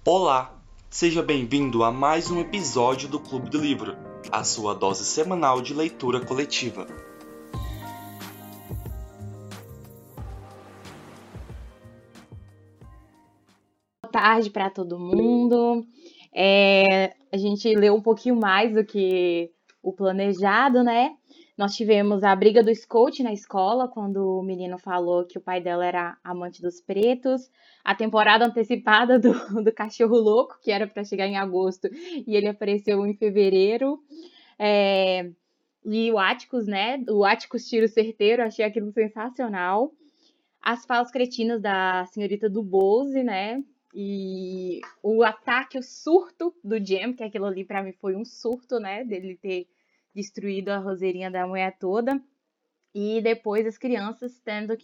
Olá, seja bem-vindo a mais um episódio do Clube do Livro, a sua dose semanal de leitura coletiva. Boa tarde para todo mundo. A gente leu um pouquinho mais do que o planejado, né? Nós tivemos a briga do Scout na escola, quando o menino falou que o pai dela era amante dos pretos. A temporada antecipada do Cachorro Louco, que era para chegar em agosto, e ele apareceu em fevereiro. E o Atticus, né? O Atticus Tiro Certeiro, achei aquilo sensacional. As falas cretinas da senhorita do Bose, né? E o ataque, o surto do Jem, que aquilo ali pra mim foi um surto, né? Dele ter destruído a roseirinha da mulher toda. E depois as crianças tendo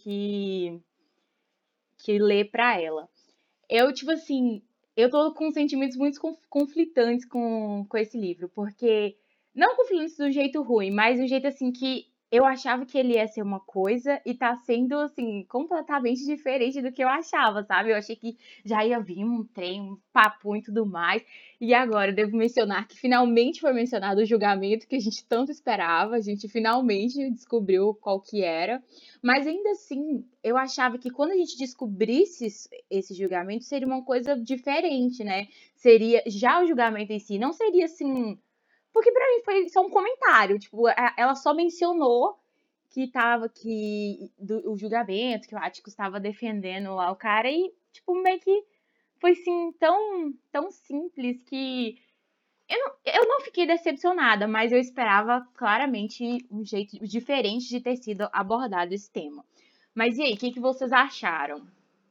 que ler pra ela. Eu, tipo assim, eu tô com sentimentos muito conflitantes com esse livro, porque não conflitantes do jeito ruim, mas do jeito assim que eu achava que ele ia ser uma coisa e tá sendo assim completamente diferente do que eu achava, sabe? Eu achei que já ia vir um trem, um papo e tudo mais. E agora eu devo mencionar que finalmente foi mencionado o julgamento que a gente tanto esperava, a gente finalmente descobriu qual que era. Mas ainda assim, eu achava que quando a gente descobrisse esse julgamento, seria uma coisa diferente, né? Seria já o julgamento em si, não seria assim. Porque pra mim foi só um comentário. Tipo, ela só mencionou que tava o julgamento, que o Atticus estava defendendo lá o cara, e, tipo, meio que foi assim, tão simples que eu não fiquei decepcionada, mas eu esperava claramente um jeito diferente de ter sido abordado esse tema. Mas e aí, o que vocês acharam?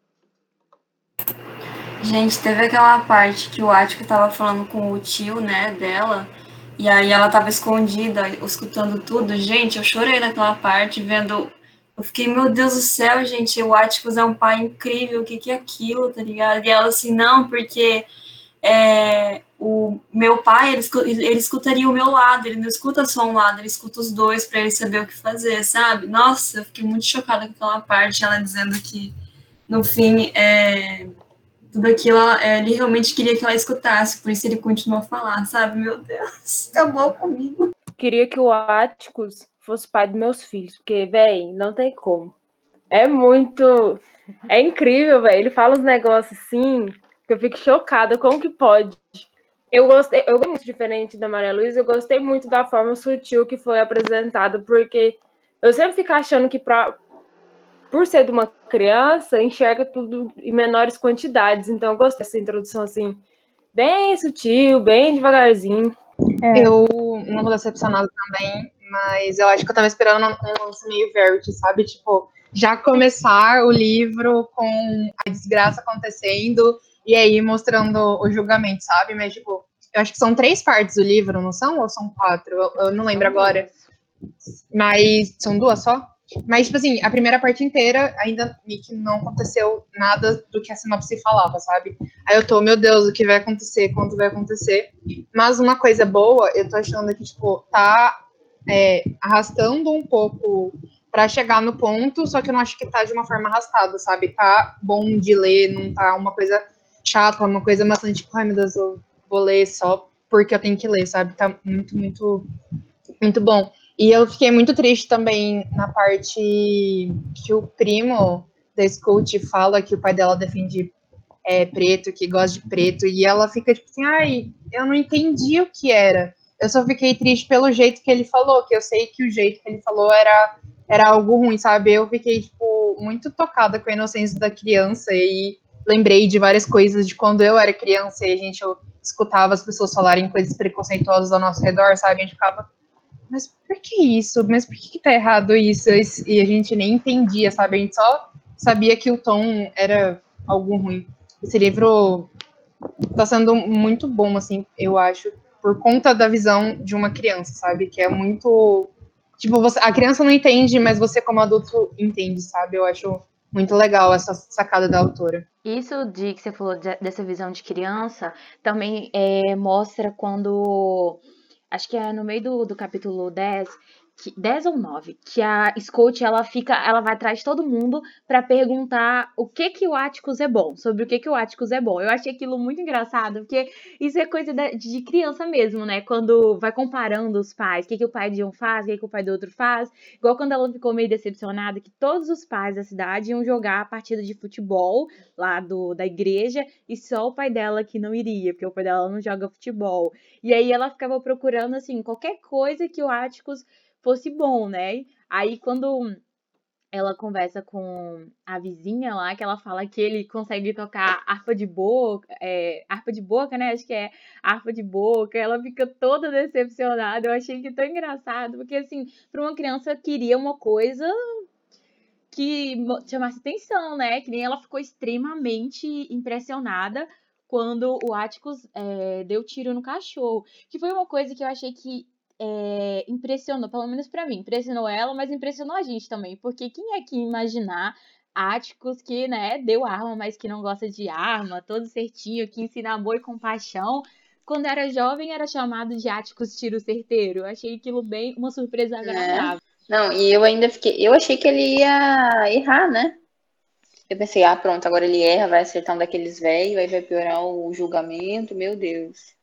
Gente, teve aquela parte que o Ático tava falando com o tio, né, dela, e aí ela tava escondida, escutando tudo. Gente, eu chorei naquela parte, vendo. Eu fiquei, meu Deus do céu, gente, o Áticos é um pai incrível, o que que é aquilo, tá ligado? E ela assim, não, porque o meu pai, ele escutaria o meu lado, ele não escuta só um lado, ele escuta os dois para ele saber o que fazer, sabe? Nossa, eu fiquei muito chocada com aquela parte, ela dizendo que, no fim, tudo aquilo ele realmente queria que ela escutasse, por isso ele continuou a falar, sabe? Meu Deus, acabou comigo. Queria que o Atticus fosse pai dos meus filhos, porque, velho, não tem como. É muito. É incrível, velho. Ele fala uns negócios assim que eu fico chocada. Como que pode? Eu gostei muito diferente da Maria Luísa, eu gostei muito da forma sutil que foi apresentada, porque eu sempre fico achando que, por ser de uma criança, enxerga tudo em menores quantidades. Então, eu gostei dessa introdução assim, bem sutil, bem devagarzinho. Eu não vou decepcionada também, mas eu acho que eu tava esperando um lance meio Verity, sabe? Tipo, já começar o livro com a desgraça acontecendo e aí mostrando o julgamento, sabe? Mas, tipo, eu acho que são 3 partes do livro, não são? Ou são 4? Eu não lembro agora. Mas são 2 só? Mas, tipo assim, a primeira parte inteira ainda que não aconteceu nada do que a sinopse falava, sabe? Aí eu tô, meu Deus, o que vai acontecer? Quanto vai acontecer? Mas uma coisa boa, eu tô achando que, tipo, tá arrastando um pouco pra chegar no ponto, só que eu não acho que tá de uma forma arrastada, sabe? Tá bom de ler, não tá uma coisa chata, uma coisa bastante, tipo, ai meu Deus, eu vou ler só porque eu tenho que ler, sabe? Tá muito, muito, muito bom. E eu fiquei muito triste também na parte que o primo da Scout fala que o pai dela defende preto, que gosta de preto, e ela fica tipo assim, ai, eu não entendi o que era. Eu só fiquei triste pelo jeito que ele falou, que eu sei que o jeito que ele falou era algo ruim, sabe? Eu fiquei, tipo, muito tocada com a inocência da criança e lembrei de várias coisas de quando eu era criança e eu escutava as pessoas falarem coisas preconceituosas ao nosso redor, sabe? A gente ficava, mas por que isso? Mas por que tá errado isso? E a gente nem entendia, sabe? A gente só sabia que o tom era algo ruim. Esse livro tá sendo muito bom, assim, eu acho, por conta da visão de uma criança, sabe? Que é muito. Tipo, a criança não entende, mas você, como adulto, entende, sabe? Eu acho muito legal essa sacada da autora. Isso de que você falou dessa visão de criança também mostra quando. Acho que é no meio do capítulo 10 10 ou 9, que a Scout ela vai atrás de todo mundo pra perguntar o que o Atticus é bom, sobre o que o Atticus é bom. Eu achei aquilo muito engraçado, porque isso é coisa de criança mesmo, né? Quando vai comparando os pais, o que o pai de um faz, o que o pai do outro faz. Igual quando ela ficou meio decepcionada que todos os pais da cidade iam jogar a partida de futebol lá da igreja e só o pai dela que não iria, porque o pai dela não joga futebol. E aí ela ficava procurando, assim, qualquer coisa que o Atticus fosse bom, né? Aí quando ela conversa com a vizinha lá, que ela fala que ele consegue tocar harpa de boca, né? Acho que é harpa de boca. Ela fica toda decepcionada. Eu achei que tão engraçado, porque assim, para uma criança queria uma coisa que chamasse atenção, né? Que nem ela ficou extremamente impressionada quando o Atticus deu tiro no cachorro. Que foi uma coisa que eu achei que impressionou, pelo menos pra mim, impressionou ela, mas impressionou a gente também, porque quem é que ia imaginar Atticus que, né, deu arma, mas que não gosta de arma, todo certinho, que ensina amor e compaixão, quando era jovem era chamado de Atticus tiro certeiro. Eu achei aquilo bem uma surpresa agradável. Não, e eu achei que ele ia errar, né? Eu pensei, pronto, agora ele erra, vai acertar um daqueles velhos, aí vai piorar o julgamento, meu Deus.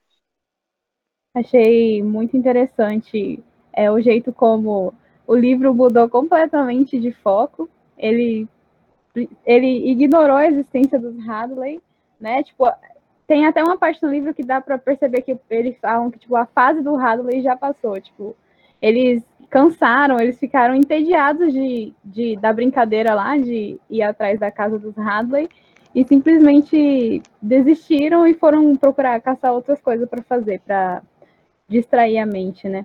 Achei muito interessante o jeito como o livro mudou completamente de foco. Ele ignorou a existência dos Hadley, né? Tipo, tem até uma parte no livro que dá para perceber que eles falam que tipo, a fase do Hadley já passou. Tipo, eles cansaram, eles ficaram entediados da brincadeira lá, de ir atrás da casa dos Hadley, e simplesmente desistiram e foram procurar caçar outras coisas para fazer, para distrair a mente, né?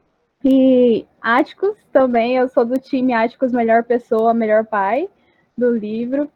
E Atticus também, eu sou do time Atticus melhor pessoa, melhor pai do livro.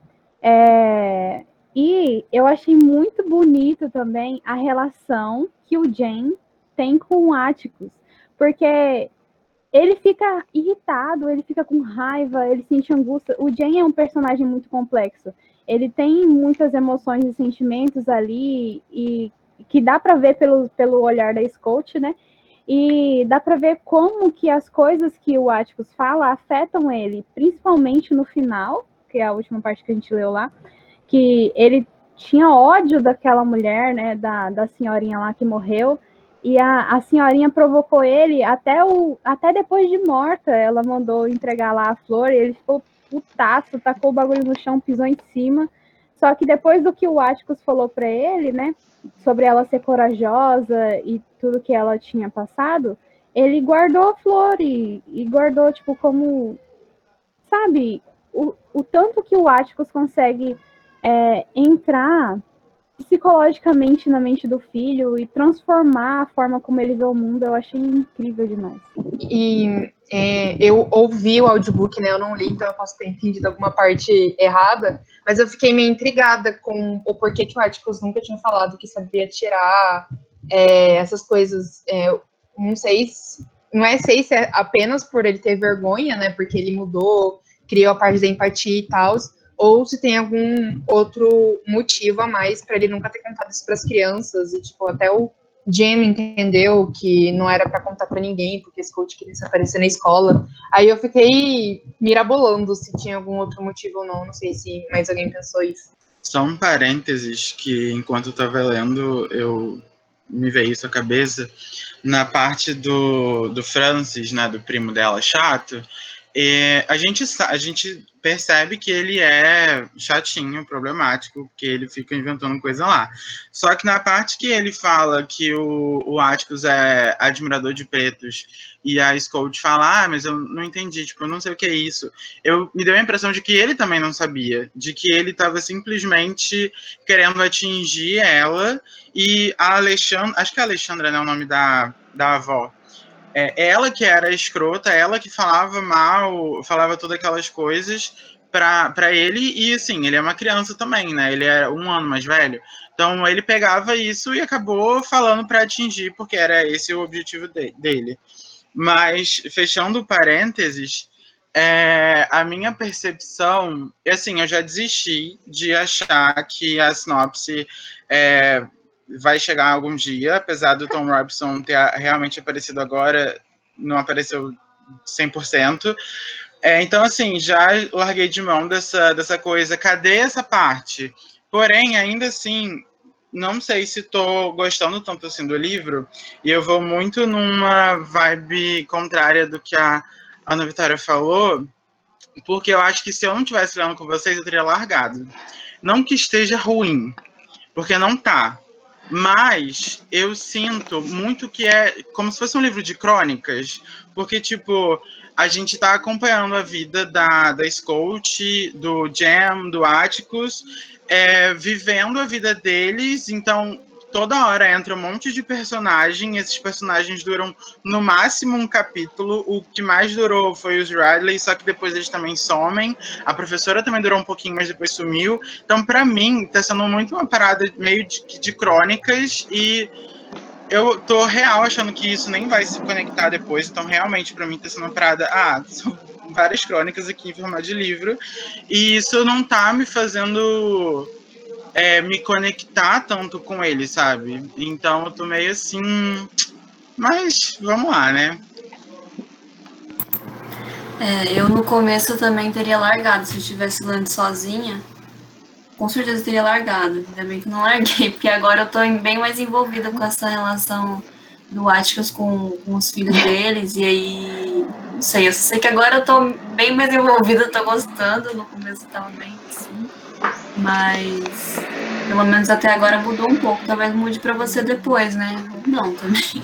E eu achei muito bonito também a relação que o Jen tem com o Atticus, porque ele fica irritado, ele fica com raiva, ele sente angústia. O Jen é um personagem muito complexo. Ele tem muitas emoções e sentimentos ali e que dá para ver pelo olhar da Scout, né? E dá para ver como que as coisas que o Atticus fala afetam ele, principalmente no final, que é a última parte que a gente leu lá, que ele tinha ódio daquela mulher, né, da senhorinha lá que morreu, e a senhorinha provocou ele até depois de morta. Ela mandou entregar lá a flor, e ele ficou putaço, tacou o bagulho no chão, pisou em cima. Só que depois do que o Atticus falou para ele, né, sobre ela ser corajosa e tudo que ela tinha passado, ele guardou a flor e guardou, tipo, como, sabe, o tanto que o Atticus consegue entrar psicologicamente na mente do filho e transformar a forma como ele vê o mundo. Eu achei incrível demais. E eu ouvi o audiobook, né? Eu não li, então eu posso ter entendido alguma parte errada, mas eu fiquei meio intrigada com o porquê que o Atticus nunca tinha falado que sabia tirar essas coisas. Não sei se é apenas por ele ter vergonha, né? Porque ele mudou, criou a parte da empatia e tal, ou se tem algum outro motivo a mais para ele nunca ter contado isso para as crianças. E, tipo, até o Jamie entendeu que não era para contar para ninguém, porque esse coach queria se aparecer na escola. Aí eu fiquei mirabolando se tinha algum outro motivo ou não. Não sei se mais alguém pensou isso. Só um parênteses que, enquanto eu estava lendo, me veio isso à cabeça. Na parte do Francis, né, do primo dela, chato, a gente percebe que ele é chatinho, problemático, que ele fica inventando coisa lá. Só que na parte que ele fala que o Atticus é admirador de pretos e a Scout fala, mas eu não entendi, tipo, eu não sei o que é isso. Me deu a impressão de que ele também não sabia, de que ele estava simplesmente querendo atingir ela e a Alexandra, acho que a Alexandra, né, é o nome da avó, ela que era escrota, ela que falava mal, falava todas aquelas coisas pra ele, e assim, ele é uma criança também, né? Ele é 1 ano mais velho. Então ele pegava isso e acabou falando para atingir, porque era esse o objetivo dele. Mas, fechando parênteses, a minha percepção, assim, eu já desisti de achar que a sinopse vai chegar algum dia, apesar do Tom Robinson ter realmente aparecido agora, não apareceu 100%. Então, assim, já larguei de mão dessa coisa. Cadê essa parte? Porém, ainda assim, não sei se tô gostando tanto assim do livro, e eu vou muito numa vibe contrária do que a Ana Vitória falou, porque eu acho que se eu não tivesse lendo com vocês, eu teria largado. Não que esteja ruim, porque não tá. Mas eu sinto muito que é como se fosse um livro de crônicas, porque, tipo, a gente tá acompanhando a vida da Scout, do Jam, do Atticus, vivendo a vida deles, então toda hora entra um monte de personagem, esses personagens duram no máximo um capítulo, o que mais durou foi os Riley, só que depois eles também somem, a professora também durou um pouquinho, mas depois sumiu, então pra mim tá sendo muito uma parada meio de crônicas, e eu tô real achando que isso nem vai se conectar depois, então realmente pra mim tá sendo uma parada, são várias crônicas aqui em formato de livro, e isso não tá me fazendo me conectar tanto com ele, sabe? Então eu tô meio assim, mas vamos lá, né? Eu no começo também teria largado, se eu estivesse lendo sozinha, com certeza teria largado. Ainda bem que não larguei, porque agora eu tô bem mais envolvida com essa relação do Atticus com os filhos deles, e aí, não sei, eu sei que agora eu tô bem mais envolvida, tô gostando, no começo tava bem assim, mas pelo menos até agora mudou um pouco, talvez mude pra você depois, né? Ou não também.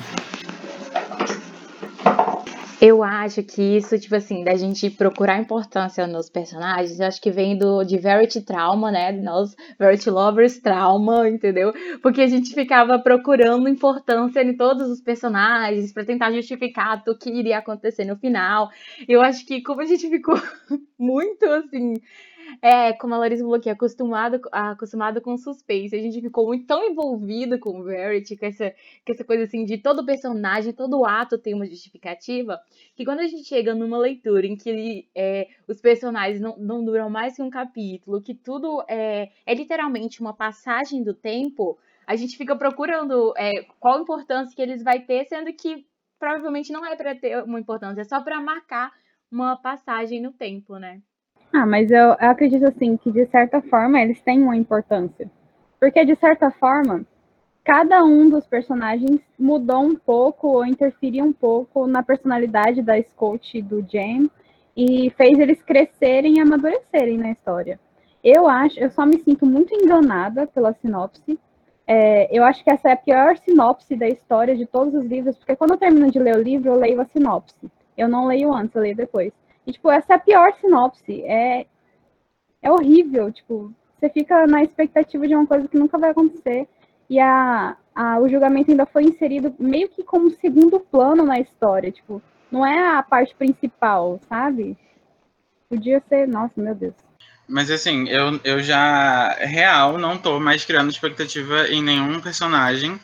Eu acho que isso, tipo assim, da gente procurar importância nos personagens, eu acho que vem de Verity Trauma, né? Nós, Verity Lovers Trauma, entendeu? Porque a gente ficava procurando importância em todos os personagens pra tentar justificar o que iria acontecer no final. Eu acho que como a gente ficou muito, assim, como a Larissa falou aqui, acostumado com suspense. A gente ficou tão envolvido com o Verity, com essa coisa assim de todo personagem, todo ato tem uma justificativa, que quando a gente chega numa leitura em que os personagens não duram mais que um capítulo, que tudo é literalmente uma passagem do tempo, a gente fica procurando qual importância que eles vai ter, sendo que provavelmente não é para ter uma importância, é só para marcar uma passagem no tempo, né? Mas eu acredito assim que de certa forma eles têm uma importância. Porque de certa forma, cada um dos personagens mudou um pouco ou interferiu um pouco na personalidade da Scout e do Jam e fez eles crescerem e amadurecerem na história. Eu só me sinto muito enganada pela sinopse. Eu acho que essa é a pior sinopse da história de todos os livros, porque quando eu termino de ler o livro, eu leio a sinopse. Eu não leio antes, eu leio depois. E, tipo, essa é a pior sinopse. É horrível, tipo, você fica na expectativa de uma coisa que nunca vai acontecer. E o julgamento ainda foi inserido meio que como segundo plano na história, tipo, não é a parte principal, sabe? Podia ser, nossa, meu Deus. Mas assim, eu já, real, não tô mais criando expectativa em nenhum personagem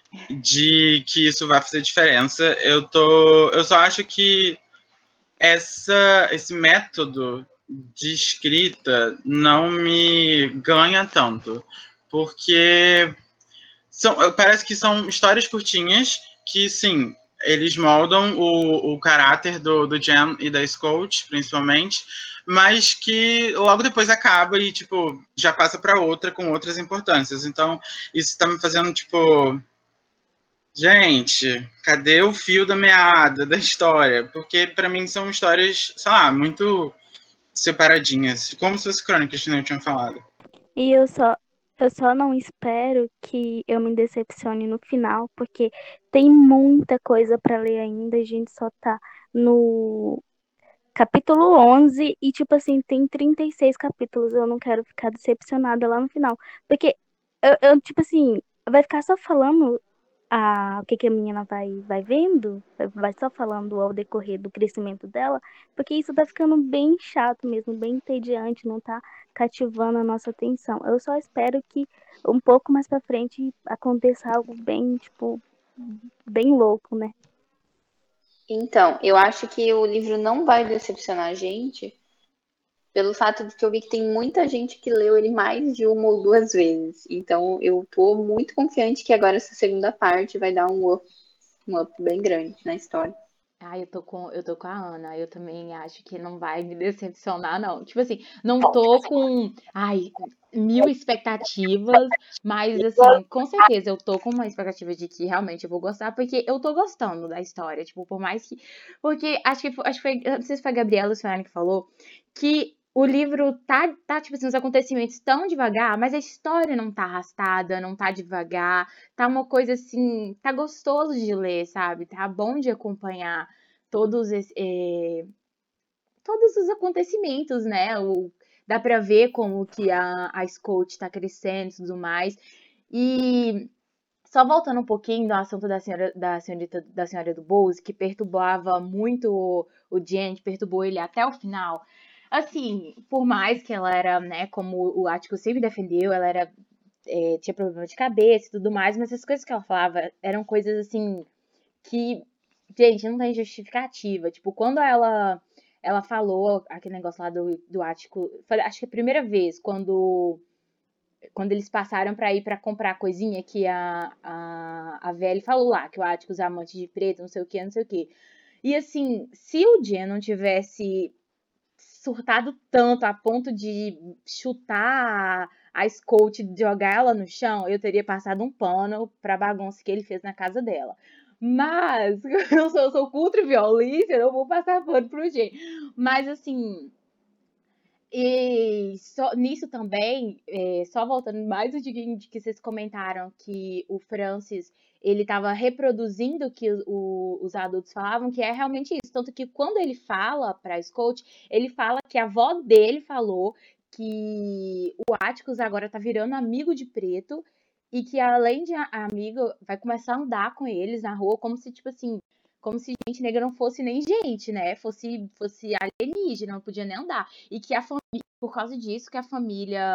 de que isso vai fazer diferença. Eu só acho que esse método de escrita não me ganha tanto, porque parece que são histórias curtinhas que, sim, eles moldam o caráter do Jam e da Scout, principalmente, mas que logo depois acaba e, tipo, já passa para outra com outras importâncias. Então, isso tá me fazendo, tipo, gente, cadê o fio da meada da história? Porque para mim são histórias, sei lá, muito separadinhas, como se fosse crônicas, que nem eu tinha falado. E eu só não espero que eu me decepcione no final, porque tem muita coisa pra ler ainda, a gente só tá no capítulo 11 e, tipo assim, tem 36 capítulos, eu não quero ficar decepcionada lá no final, porque tipo assim, vai ficar só falando o que a menina vai vendo, vai só falando ao decorrer do crescimento dela, porque isso tá ficando bem chato mesmo, bem entediante, não tá cativando a nossa atenção. Eu só espero que um pouco mais pra frente aconteça algo bem, tipo, bem louco, né? Então, eu acho que o livro não vai decepcionar a gente pelo fato de que eu vi que tem muita gente que leu ele mais de uma ou duas vezes. Então, eu tô muito confiante que agora essa segunda parte vai dar um up bem grande na história. Eu tô com a Ana. Eu também acho que não vai me decepcionar, não. Tipo assim, não tô com, mil expectativas, mas assim, com certeza eu tô com uma expectativa de que realmente eu vou gostar, porque eu tô gostando da história, tipo, por mais que, porque acho que foi, não sei se foi a Gabriela Luciane que falou, que o livro tá, tipo assim, os acontecimentos tão devagar, mas a história não tá arrastada, não tá devagar, tá uma coisa assim, tá gostoso de ler, sabe? Tá bom de acompanhar todos todos os acontecimentos, né? Dá pra ver como que a Scout tá crescendo e tudo mais. E só voltando um pouquinho do assunto da senhora do Bowles, que perturbava muito o Jen, que perturbou ele até o final. Assim, por mais que ela era, né, como o Atticus sempre defendeu, ela era tinha problema de cabeça e tudo mais, mas as coisas que ela falava eram coisas assim que, gente, não tem justificativa. Tipo, quando ela falou aquele negócio lá do Atticus, acho que a primeira vez, quando eles passaram pra ir pra comprar coisinha, que a Velly falou lá, que o Atticus é amante de preto, não sei o que, não sei o que. E assim, se o Jen não tivesse surtado tanto a ponto de chutar a Scout e jogar ela no chão, eu teria passado um pano pra bagunça que ele fez na casa dela. Mas, eu sou contra violência, eu não vou passar pano pro Jen. Mas, assim, e nisso também, só voltando mais do que vocês comentaram, que o Francis, ele estava reproduzindo o que os adultos falavam, que é realmente isso. Tanto que quando ele fala pra Scout, ele fala que a avó dele falou que o Atticus agora tá virando amigo de preto e que além de amigo, vai começar a andar com eles na rua como se, tipo assim, como se gente negra não fosse nem gente, né? Fosse alienígena, não podia nem andar. E que por causa disso, que a família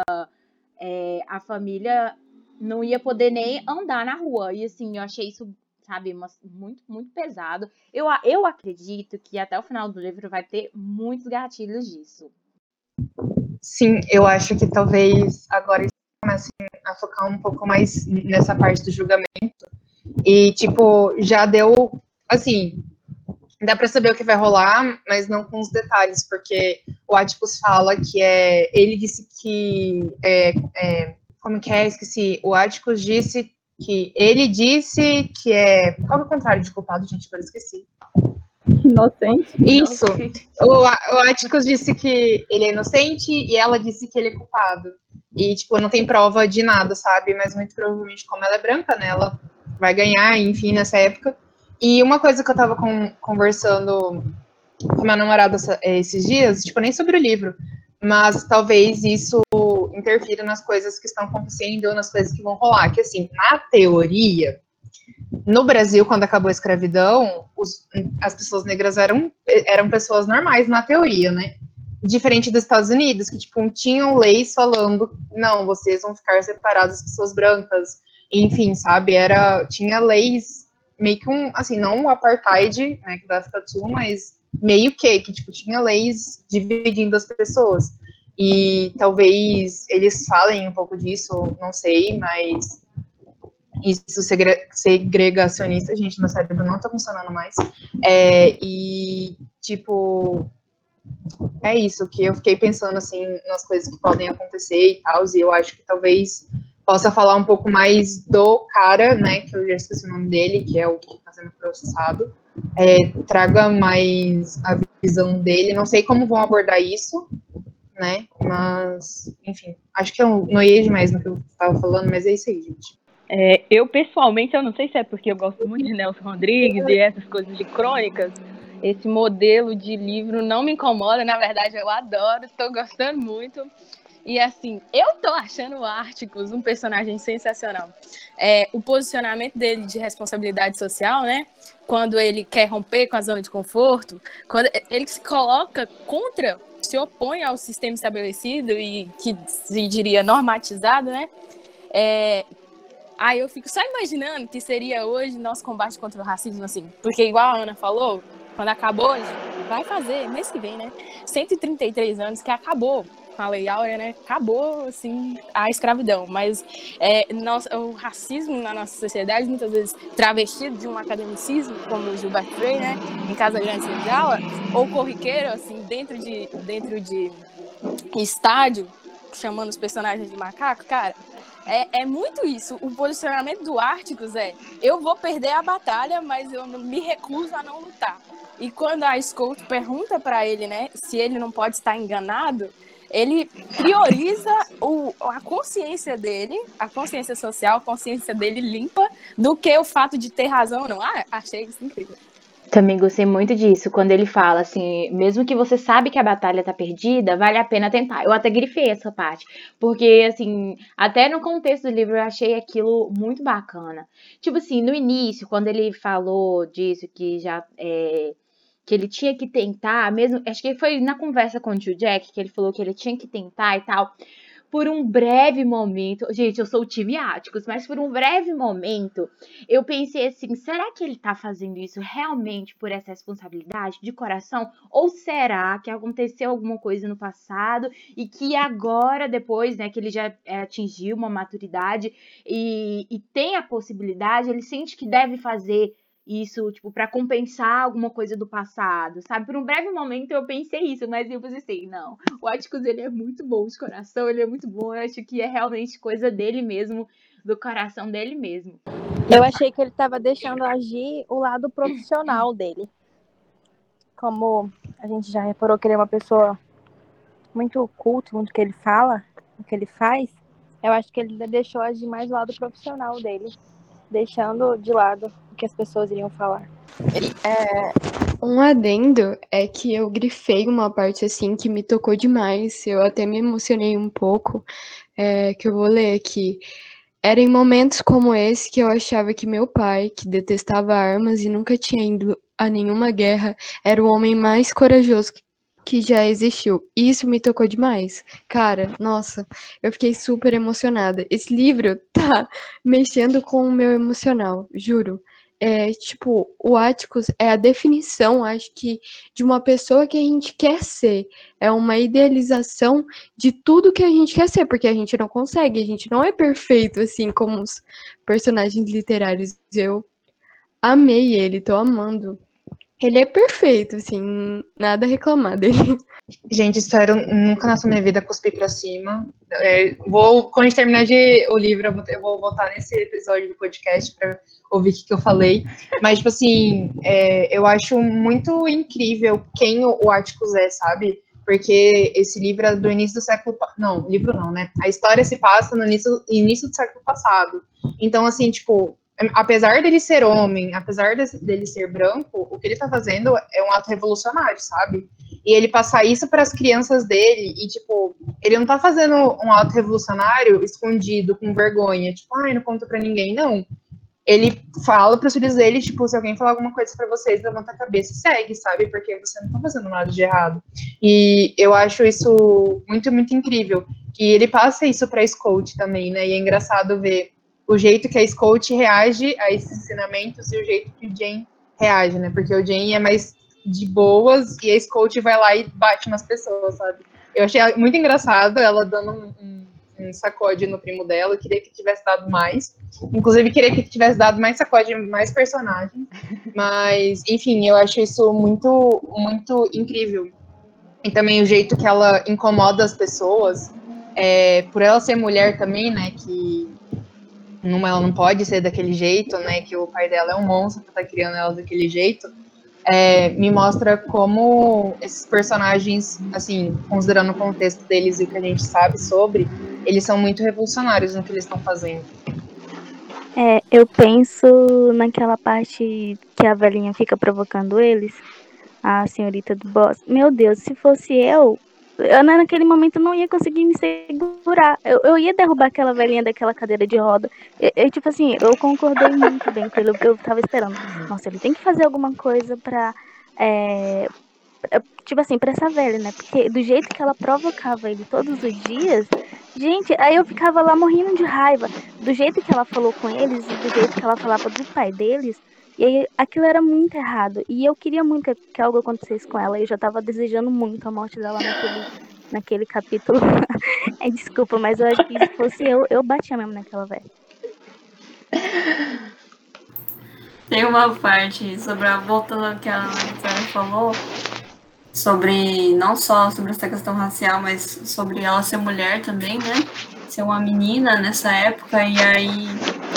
não ia poder nem andar na rua. E assim, eu achei isso, sabe, muito, muito pesado. Eu acredito que até o final do livro vai ter muitos gatilhos disso. Sim, eu acho que talvez agora eles comecem a focar um pouco mais nessa parte do julgamento. E, tipo, já deu, assim, dá pra saber o que vai rolar, mas não com os detalhes, porque o Atticus fala que ele disse que, como que é? Esqueci. O Atticus disse que ele disse que qual é o contrário de culpado, gente? Agora esqueci. Inocente. Isso. O Atticus disse que ele é inocente e ela disse que ele é culpado. E, tipo, não tem prova de nada, sabe? Mas muito provavelmente, como ela é branca, né? Ela vai ganhar, enfim, nessa época. E uma coisa que eu tava conversando com minha namorada esses dias, tipo, nem sobre o livro, mas talvez isso interfira nas coisas que estão acontecendo ou nas coisas que vão rolar. Que, assim, na teoria, no Brasil, quando acabou a escravidão, as pessoas negras eram pessoas normais, na teoria, né? Diferente dos Estados Unidos, que, tipo, tinham leis falando, não, vocês vão ficar separados das pessoas brancas, enfim, sabe? Tinha leis, meio que assim, não um apartheid, né, que da África do Sul, mas meio que, tipo, tinha leis dividindo as pessoas. E talvez eles falem um pouco disso, não sei, mas isso segregacionista, gente, meu cérebro não tá funcionando mais. E, tipo, é isso, que eu fiquei pensando, assim, nas coisas que podem acontecer e tal, e eu acho que talvez possa falar um pouco mais do cara, né, que eu já esqueci o nome dele, que é o que está sendo processado, traga mais a visão dele, não sei como vão abordar isso, né, mas, enfim, acho que eu não ia demais no que eu estava falando, mas é isso aí, gente. Eu, pessoalmente, eu não sei se é porque eu gosto muito de Nelson Rodrigues e essas coisas de crônicas, esse modelo de livro não me incomoda, na verdade eu adoro, estou gostando muito. E assim, eu tô achando o Atticus um personagem sensacional. O posicionamento dele de responsabilidade social, né? Quando ele quer romper com a zona de conforto, quando ele se coloca contra, se opõe ao sistema estabelecido e que se diria normatizado, né? Aí eu fico só imaginando que seria hoje nosso combate contra o racismo, assim. Porque igual a Ana falou, quando acabou, vai fazer, mês que vem, né? 133 anos que acabou a Lei Áurea, né, acabou, assim, a escravidão. Mas o racismo na nossa sociedade, muitas vezes travestido de um academicismo, como o Gilbert Frey, né, em Casa Grande Senzala, ou corriqueiro, assim, dentro de estádio, chamando os personagens de macaco, cara, é muito isso. O posicionamento do Árticos eu vou perder a batalha, mas eu me recuso a não lutar. E quando a Scout pergunta para ele, né, se ele não pode estar enganado, ele prioriza a consciência dele, a consciência social, a consciência dele limpa, do que o fato de ter razão ou não. Achei isso incrível. Também gostei muito disso, quando ele fala assim, mesmo que você sabe que a batalha tá perdida, vale a pena tentar. Eu até grifei essa parte, porque assim, até no contexto do livro eu achei aquilo muito bacana. Tipo assim, no início, quando ele falou disso, que ele tinha que tentar, mesmo, acho que foi na conversa com o tio Jack, que ele falou que ele tinha que tentar e tal. Por um breve momento, gente, eu sou o time Áticos, mas por um breve momento, eu pensei assim, será que ele tá fazendo isso realmente por essa responsabilidade, de coração? Ou será que aconteceu alguma coisa no passado e que agora, depois, né, que ele já atingiu uma maturidade e tem a possibilidade, ele sente que deve fazer isso, tipo, pra compensar alguma coisa do passado, sabe? Por um breve momento eu pensei isso, mas eu pensei, não, o Atticus, ele é muito bom de coração, ele é muito bom, eu acho que é realmente coisa dele mesmo, do coração dele mesmo. Eu achei que ele estava deixando agir o lado profissional dele. Como a gente já reparou que ele é uma pessoa muito culta, muito que ele fala, o que ele faz, eu acho que ele deixou agir mais o lado profissional dele, deixando de lado o que as pessoas iriam falar. Um adendo é que eu grifei uma parte assim que me tocou demais, eu até me emocionei um pouco, que eu vou ler aqui. Era em momentos como esse que eu achava que meu pai, que detestava armas e nunca tinha ido a nenhuma guerra, era o homem mais corajoso que já existiu. E isso me tocou demais. Cara, nossa, eu fiquei super emocionada. Esse livro tá mexendo com o meu emocional, juro. Tipo, o Atticus é a definição, acho que, de uma pessoa que a gente quer ser. É uma idealização de tudo que a gente quer ser, porque a gente não consegue, a gente não é perfeito, assim, como os personagens literários. Eu amei ele, tô amando. Ele é perfeito, assim, nada a reclamar dele. Gente, espero nunca na minha vida cuspir pra cima. Quando a gente terminar o livro, eu vou voltar nesse episódio do podcast pra ouvir o que eu falei. Mas, tipo assim, eu acho muito incrível quem o Atticus é, sabe? Porque esse livro é do início do século... Não, livro não, né? A história se passa no início do século passado. Então, assim, tipo... Apesar dele ser homem, apesar dele ser branco, o que ele tá fazendo é um ato revolucionário, sabe? E ele passar isso para as crianças dele e, tipo, ele não tá fazendo um ato revolucionário escondido, com vergonha, tipo, não conta pra ninguém, não. Ele fala pros filhos dele, tipo, se alguém falar alguma coisa pra vocês, levanta a cabeça e segue, sabe? Porque você não tá fazendo nada de errado. E eu acho isso muito, muito incrível. E ele passa isso pra Scout também, né? E é engraçado ver o jeito que a Scout reage a esses ensinamentos e o jeito que o Jane reage, né? Porque o Jane é mais de boas e a Scout vai lá e bate nas pessoas, sabe? Eu achei muito engraçado ela dando um sacode no primo dela. Eu queria que tivesse dado mais. Inclusive, queria que tivesse dado mais sacode, mais personagens. Mas, enfim, eu acho isso muito, muito incrível. E também o jeito que ela incomoda as pessoas, por ela ser mulher também, né? Que ela não pode ser daquele jeito, né? Que o pai dela é um monstro que tá criando ela daquele jeito. Me mostra como esses personagens, assim, considerando o contexto deles e o que a gente sabe sobre, eles são muito revolucionários no que eles estão fazendo. Eu penso naquela parte que a velhinha fica provocando eles, a senhorita do boss. Meu Deus, se fosse eu naquele momento não ia conseguir me segurar. Eu ia derrubar aquela velhinha daquela cadeira de roda. Tipo assim, eu concordei muito bem com ele. Eu tava esperando. Nossa, ele tem que fazer alguma coisa pra... tipo assim, pra essa velha, né? Porque do jeito que ela provocava ele todos os dias... Gente, aí eu ficava lá morrendo de raiva. Do jeito que ela falou com eles e do jeito que ela falava do pai deles... E aí, aquilo era muito errado. E eu queria muito que algo acontecesse com ela. Eu já tava desejando muito a morte dela naquele capítulo. Desculpa, mas eu acho que se fosse eu batia mesmo naquela velha. Tem uma parte sobre voltando ao que a Vitória falou, sobre não só sobre essa questão racial, mas sobre ela ser mulher também, né? Ser uma menina nessa época, e aí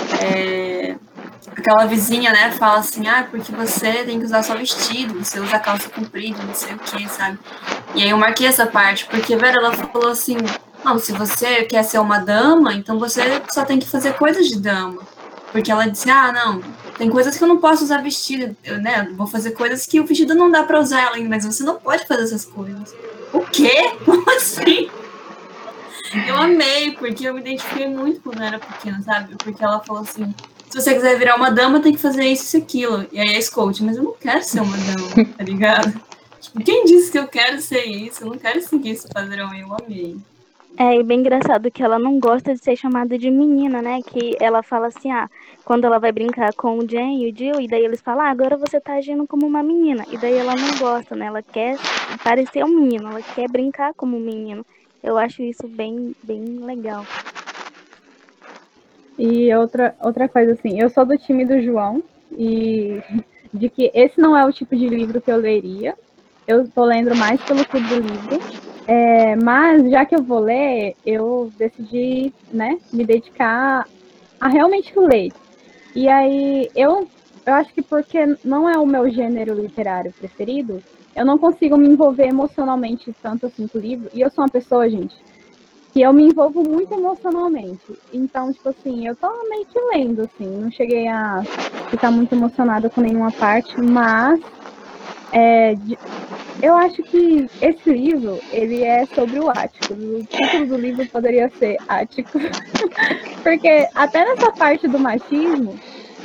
aquela vizinha, né, fala assim, porque você tem que usar só vestido, você usa calça comprida, não sei o que, sabe? E aí eu marquei essa parte, porque, velho, ela falou assim, não, se você quer ser uma dama, então você só tem que fazer coisas de dama. Porque ela disse, não, tem coisas que eu não posso usar vestido, né? Vou fazer coisas que o vestido não dá pra usar ela, mas você não pode fazer essas coisas. O quê? Como assim? Eu amei, porque eu me identifiquei muito quando eu era pequena, sabe? Porque ela falou assim, se você quiser virar uma dama, tem que fazer isso e aquilo. E aí é Scout, mas eu não quero ser uma dama, tá ligado? Tipo, quem disse que eu quero ser isso? Eu não quero seguir esse padrão, eu amei. E bem engraçado que ela não gosta de ser chamada de menina, né? Que ela fala assim, quando ela vai brincar com o Jen e o Jill, e daí eles falam, agora você tá agindo como uma menina. E daí ela não gosta, né? Ela quer parecer um menino, ela quer brincar como um menino. Eu acho isso bem, bem legal. E outra coisa assim, eu sou do time do João, e de que esse não é o tipo de livro que eu leria. Eu tô lendo mais pelo Clube do Livro. Mas, já que eu vou ler, eu decidi, né, me dedicar a realmente ler. E aí, eu acho que porque não é o meu gênero literário preferido, eu não consigo me envolver emocionalmente tanto assim com o livro. E eu sou uma pessoa, gente, que eu me envolvo muito emocionalmente. Então, tipo assim, eu tô meio que lendo, assim. Não cheguei a ficar muito emocionada com nenhuma parte, mas eu acho que esse livro, ele é sobre o Áticos. O título do livro poderia ser Áticos. Porque até nessa parte do machismo,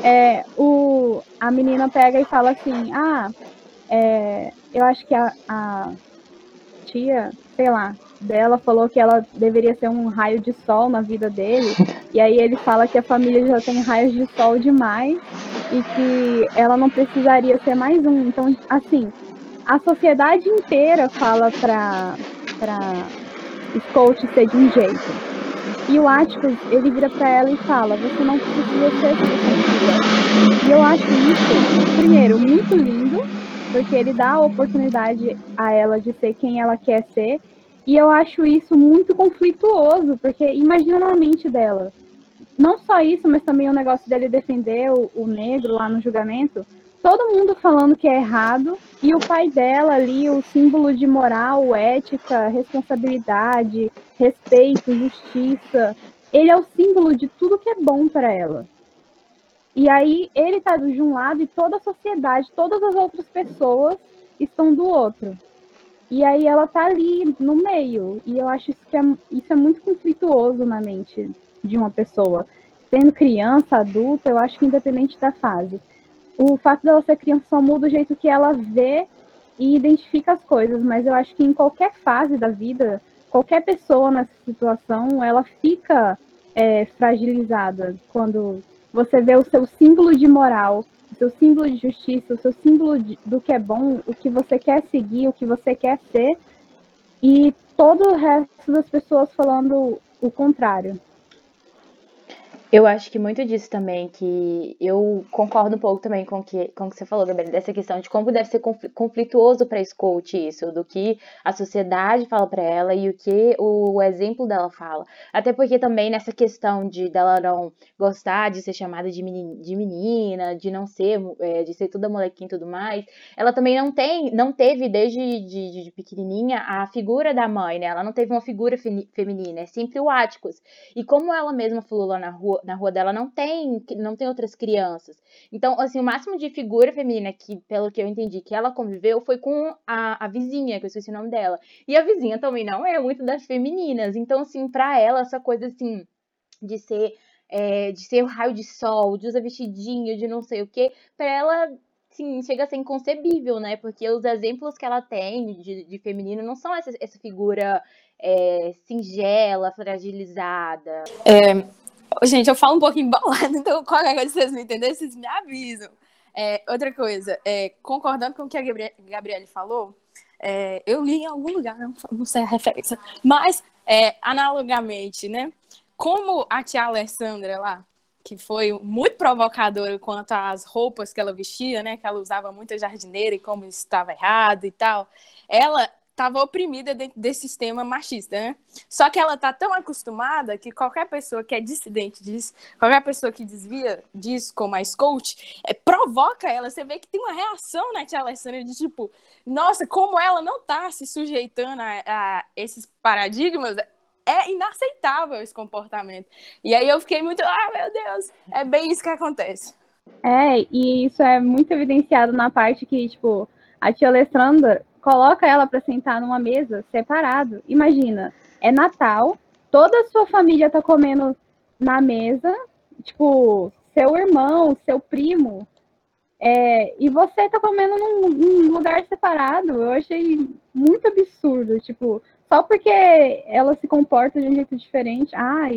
a menina pega e fala assim, eu acho que a tia, sei lá, dela falou que ela deveria ser um raio de sol na vida dele, e aí ele fala que a família já tem raios de sol demais e que ela não precisaria ser mais um. Então, assim, a sociedade inteira fala pra Scout ser de um jeito. E o Atticus, ele vira pra ela e fala, você não precisa ser se você não quiser. E eu acho isso, primeiro, muito lindo, porque ele dá a oportunidade a ela de ser quem ela quer ser. E eu acho isso muito conflituoso, porque imagina na mente dela. Não só isso, mas também o negócio dele defender o negro lá no julgamento. Todo mundo falando que é errado, e o pai dela ali, o símbolo de moral, ética, responsabilidade, respeito, justiça, ele é o símbolo de tudo que é bom para ela. E aí ele tá de um lado e toda a sociedade, todas as outras pessoas estão do outro. E aí ela tá ali no meio, e eu acho isso é muito conflituoso na mente de uma pessoa. Sendo criança, adulta, eu acho que independente da fase. O fato dela ser criança só muda o jeito que ela vê e identifica as coisas, mas eu acho que em qualquer fase da vida, qualquer pessoa nessa situação, ela fica fragilizada quando você vê o seu símbolo de moral, o seu símbolo de justiça, o seu símbolo do que é bom, o que você quer seguir, o que você quer ser, e todo o resto das pessoas falando o contrário. Eu acho que muito disso também, que eu concordo um pouco também com o que você falou, Gabriela, dessa questão de como deve ser conflituoso para Scout isso, do que a sociedade fala para ela e o que o exemplo dela fala. Até porque também nessa questão dela não gostar de ser chamada de menina, de não ser, de ser toda molequinha e tudo mais, ela também não teve desde de pequenininha a figura da mãe, né? Ela não teve uma figura feminina, é sempre o Atticus. E como ela mesma falou lá na rua dela, não tem outras crianças. Então, assim, o máximo de figura feminina que, pelo que eu entendi, que ela conviveu foi com a vizinha, que eu esqueci o nome dela. E a vizinha também não é muito das femininas. Então, assim, pra ela, essa coisa, assim, de ser o raio de sol, de usar vestidinho, de não sei o quê, pra ela, sim, chega a ser inconcebível, né? Porque os exemplos que ela tem de feminino não são essa figura singela, fragilizada. Gente, eu falo um pouco embolado, então qualquer coisa que vocês não entenderem, vocês me avisam. Outra coisa, concordando com o que a Gabriele falou, Eu li em algum lugar, não sei a referência, mas analogamente, né? Como a tia Alessandra lá, que foi muito provocadora quanto às roupas que ela vestia, né? Que ela usava muita jardineira e como isso estava errado e tal. Ela estava oprimida dentro desse sistema machista, né? Só que ela tá tão acostumada que qualquer pessoa que é dissidente disso, qualquer pessoa que desvia disso, como a Scout, provoca ela. Você vê que tem uma reação na tia Alessandra de tipo, nossa, como ela não tá se sujeitando a esses paradigmas, é inaceitável esse comportamento. E aí eu fiquei muito, meu Deus, é bem isso que acontece. E isso é muito evidenciado na parte que, tipo, a tia Alessandra coloca ela para sentar numa mesa separado. Imagina, é Natal, toda a sua família tá comendo na mesa, tipo, seu irmão, seu primo, e você tá comendo num lugar separado. Eu achei muito absurdo, tipo, só porque ela se comporta de um jeito diferente.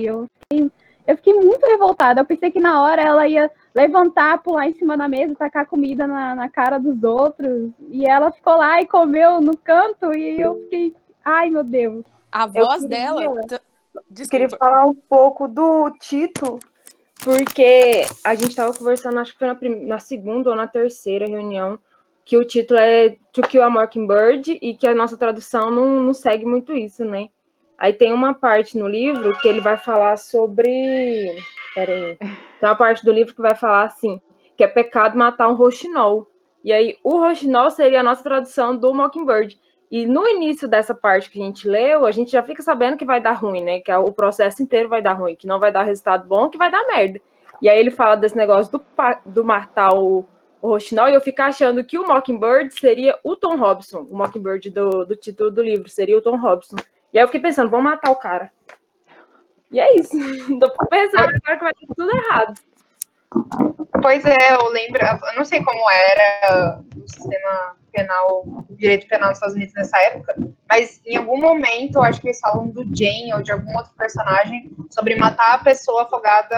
Eu fiquei muito revoltada. Eu pensei que na hora ela ia levantar, pular em cima da mesa, tacar comida na cara dos outros. E ela ficou lá e comeu no canto. E eu fiquei, ai meu Deus. A voz dela... Queria falar um pouco do Tito, porque a gente estava conversando, acho que foi na segunda ou na terceira reunião, que o título é To Kill a Mockingbird e que a nossa tradução não segue muito isso, né? Aí tem uma parte no livro que ele vai falar sobre... Peraí. Tem uma parte do livro que vai falar assim, que é pecado matar um roxinol. E aí o roxinol seria a nossa tradução do Mockingbird. E no início dessa parte que a gente leu, a gente já fica sabendo que vai dar ruim, né? Que o processo inteiro vai dar ruim, que não vai dar resultado bom, que vai dar merda. E aí ele fala desse negócio do matar o roxinol, e eu fico achando que o Mockingbird seria o Tom Robson. O Mockingbird do título do livro seria o Tom Robson. E aí eu fiquei pensando, vamos matar o cara. E é isso. Tô pensando agora que vai ter tudo errado. Pois é, eu lembro, eu não sei como era o sistema penal, o direito penal dos Estados Unidos nessa época, mas em algum momento, eu acho que eles falam do Jane ou de algum outro personagem sobre matar a pessoa afogada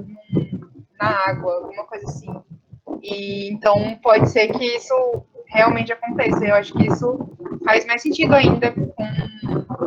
na água, alguma coisa assim. E então pode ser que isso realmente aconteça. Eu acho que isso faz mais sentido ainda com